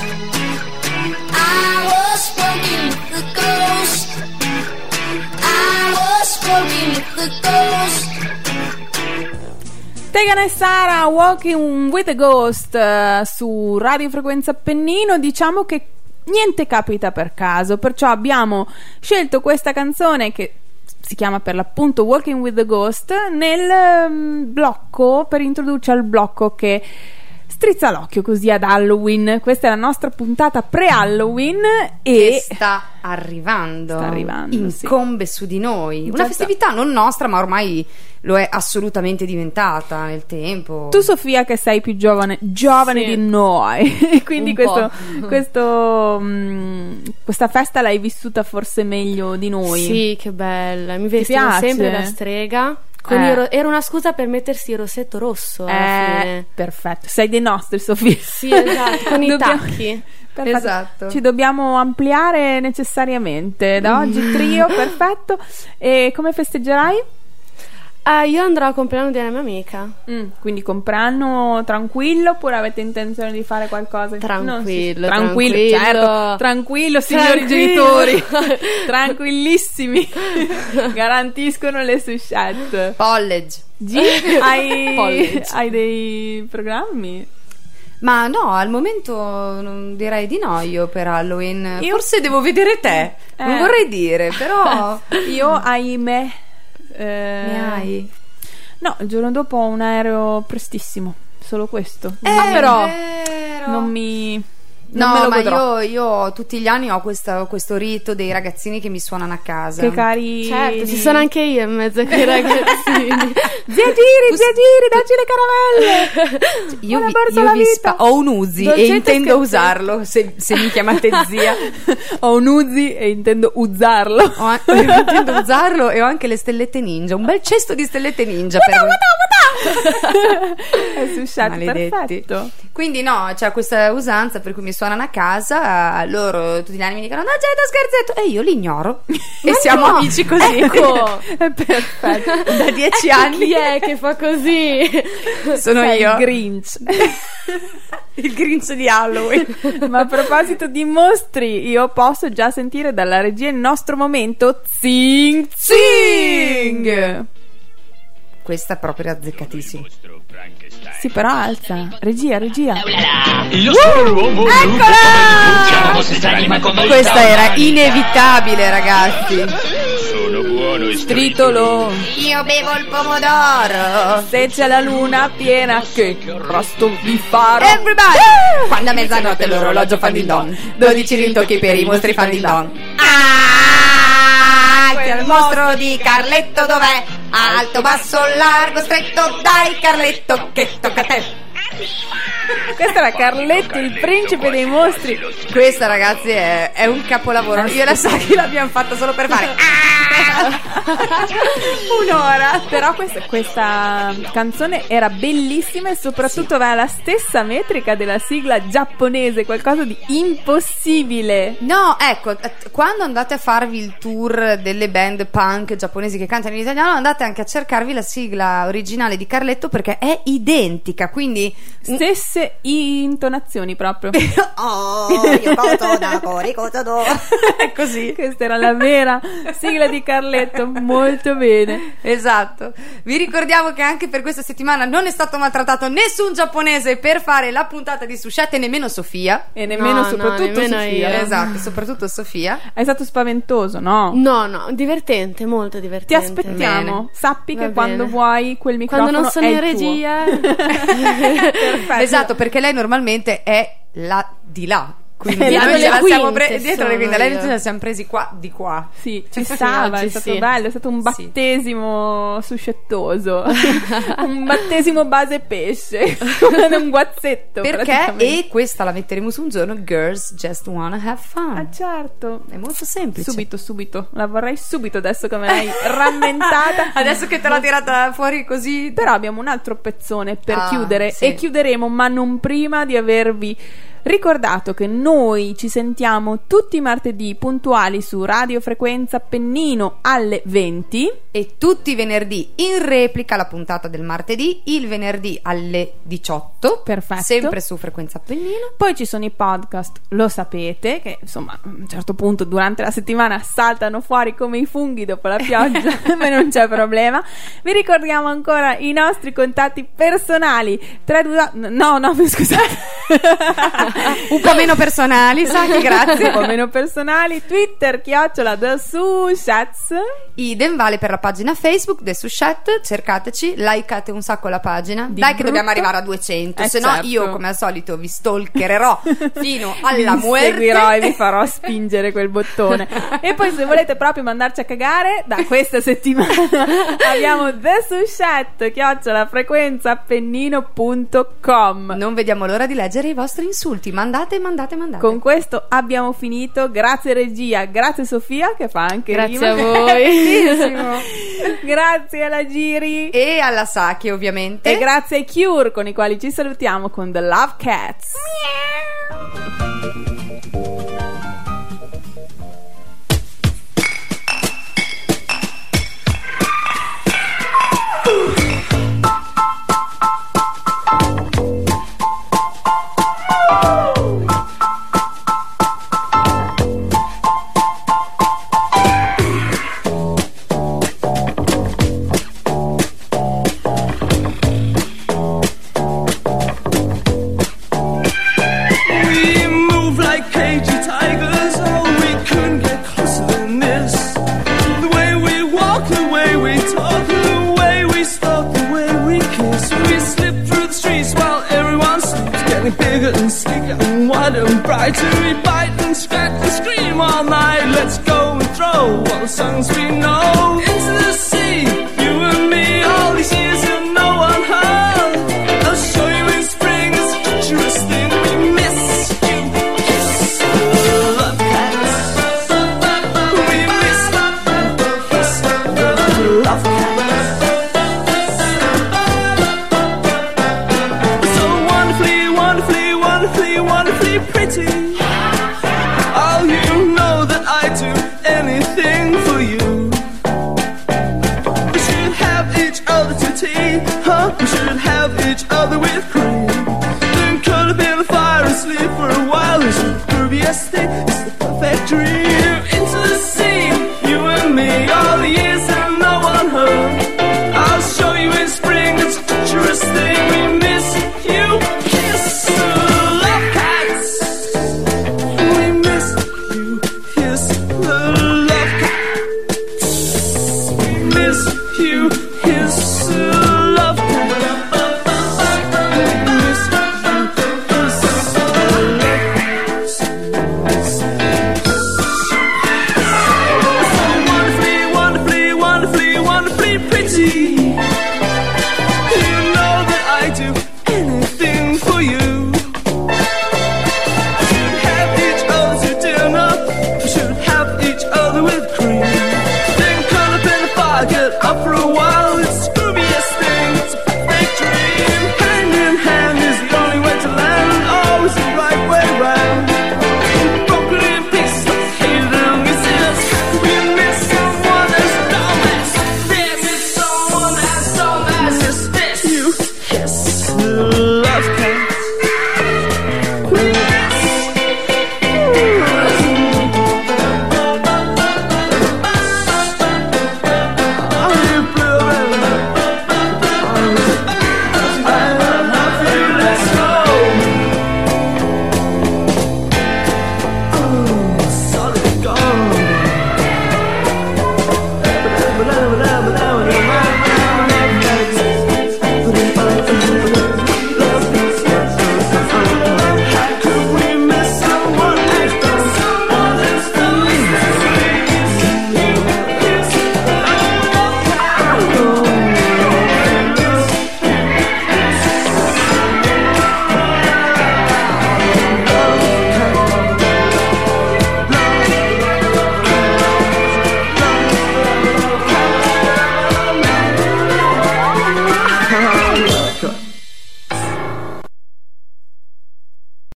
I was walking with the ghost. I was walking with the ghost. Tegan e Sara, Walking with a Ghost, eh, su Radio Frequenza Appennino. Diciamo che niente capita per caso, perciò abbiamo scelto questa canzone che si chiama per l'appunto Walking with the Ghost nel mm, blocco, per introdurci al blocco che strizza l'occhio così ad Halloween. Questa è la nostra puntata pre-Halloween Che e sta arrivando, Sta arrivando, incombe su di noi. Una Già, festività non nostra, ma ormai lo è assolutamente diventata nel tempo. tu, Sofia, che sei più giovane giovane Sì. di noi, e quindi Un questo, po'. questo, mm, questa festa l'hai vissuta forse meglio di noi. Sì, che bella. Mi vestivo piace? sempre da strega. Con Eh. il ro- era una scusa per mettersi il rossetto rosso alla Eh, fine. perfetto, sei dei nostri, Sofia. Sì, esatto, con i Dobbiamo- tacchi. Perfetto. Esatto. Ci dobbiamo ampliare necessariamente. Da oggi trio, perfetto. E come festeggerai? Ah, io andrò al compleanno di una mia amica. Mm, quindi compleanno tranquillo oppure avete intenzione di fare qualcosa? Tranquillo, Non si- tranquillo, tranquillo. certo, tranquillo, signori Tranquillo. genitori, tranquillissimi, garantiscono le suscette. College. G, hai, College. hai dei programmi? Ma no, al momento non direi di no io per Halloween. Io- Forse devo vedere te. Non Eh. vorrei dire, però Io, ahimè, eh, ne hai. no, il giorno dopo ho un aereo prestissimo, solo questo. Eh, Ma però vero. non mi non me No, lo ma godrò. io, io tutti gli anni ho questa- questo rito dei ragazzini che mi suonano a casa. Che cari. Certo, ci sono anche io in mezzo a quei ragazzini. Zia Giri, Tu- zia Giri, dacci le caramelle. Io Una vi, borsa io alla vi vita. spa- ho un Uzi e Dolcetto intendo scherzetto. usarlo se, se mi chiamate zia. Ho un Uzi e intendo usarlo. Ho an- intendo usarlo e ho anche le stellette ninja. Un bel cesto di stellette ninja per voi. È su chat, Maledetti. perfetto. Quindi no, c'è questa usanza per cui mi suonano a casa, loro tutti gli anni mi dicono Dolcetto scherzetto e io li ignoro e siamo no, amici così. ecco. È perfetto. Da dieci Ecco anni chi è che fa così? sono Sei io, il Grinch. il Grinch di Halloween. Ma a proposito di mostri, io posso già sentire dalla regia il nostro momento Zing Zing. Questa è proprio azzeccatissima. Sì, però alza. Regia, regia. Io sono l'uomo eccola! Questa era inevitabile, ragazzi. Sono buono e Tritolo. Io bevo il pomodoro. Se c'è la luna piena, che rosto vi farò. Everybody! Quando a mezzanotte l'orologio fa din don, dodici rintocchi per i mostri fa din don. Ah, c'è il mostro di Carletto dov'è? Alto, basso, largo, stretto, dai Carletto che tocca a te. Questo era Carletto, il principe dei mostri. Questa ragazzi è, è un capolavoro. Io e la Saki l'abbiamo fatta solo per fare un'ora. Però questa, questa canzone era bellissima e soprattutto aveva la stessa metrica della sigla giapponese, qualcosa di impossibile. No, ecco, eh, quando andate a farvi il tour delle band punk giapponesi che cantano in italiano, andate anche a cercarvi la sigla originale di Carletto perché è identica, quindi Stesse intonazioni proprio. oh, io coto da cori coto do. È così. Questa era la vera sigla di Carletto, molto bene. Esatto. Vi ricordiamo che anche per questa settimana non è stato maltrattato nessun giapponese per fare la puntata di Suscette, nemmeno Sofia. E nemmeno, No, no, soprattutto nemmeno Sofia. io. Esatto, soprattutto Sofia. È stato spaventoso, no? No, no, divertente, molto Ti divertente. aspettiamo. Bene. Sappi Va che quando bene. vuoi quel microfono Quando non sono è in il tuo. regia. Perfetto. Esatto, perché lei normalmente è là di là. Quindi Dietro noi le ce la siamo quinte pre- dietro le sono quinte, lei io. ce la siamo presi qua di qua. Sì, ci stava, oggi è stato sì. bello, è stato un Sì. battesimo suscettoso. Un battesimo base pesce, come un guazzetto. Perché, praticamente. e questa la metteremo su un giorno, Girls Just Wanna Have Fun. Ah, certo. È molto semplice. Subito, subito. La vorrei subito adesso che me l'hai rammentata. Adesso che te l'ho tirata fuori così. Però abbiamo un altro pezzone per Ah, chiudere sì. e chiuderemo, ma non prima di avervi ricordato che noi ci sentiamo tutti i martedì puntuali su Radio Frequenza Appennino alle venti. E tutti i venerdì in replica la puntata del martedì, il venerdì alle diciotto. Perfetto. Sempre su Frequenza Appennino. Poi ci sono i podcast, lo sapete, che insomma a un certo punto durante la settimana saltano fuori come i funghi dopo la pioggia, ma non c'è problema. Vi ricordiamo ancora i nostri contatti personali. tre due No, no, scusate. Un po' meno personali, Saki, grazie. Un po' meno personali. Twitter, chiocciola The Sushats. Idem vale per la pagina Facebook The Suscette, cercateci, likeate un sacco la pagina. Di Dai che brutto. dobbiamo arrivare a duecento, Eh, se no certo. io come al solito vi stalkererò fino alla Vi muerte. seguirò e vi farò spingere quel bottone. E poi se volete proprio mandarci a cagare, da questa settimana abbiamo The Sushette, chiocciola frequenza appennino punto com. Non vediamo l'ora di leggere i vostri insulti. Mandate, mandate, mandate. Con questo abbiamo finito. Grazie regia, grazie Sofia che fa anche Grazie rima. a voi. Bellissimo. Grazie alla Giri E alla Saki, ovviamente. e grazie ai Cure con i quali ci salutiamo con The Love Cats. getting sleek, getting wide and bright. We bite and scratch and scream all night. Let's go and throw all the songs we know.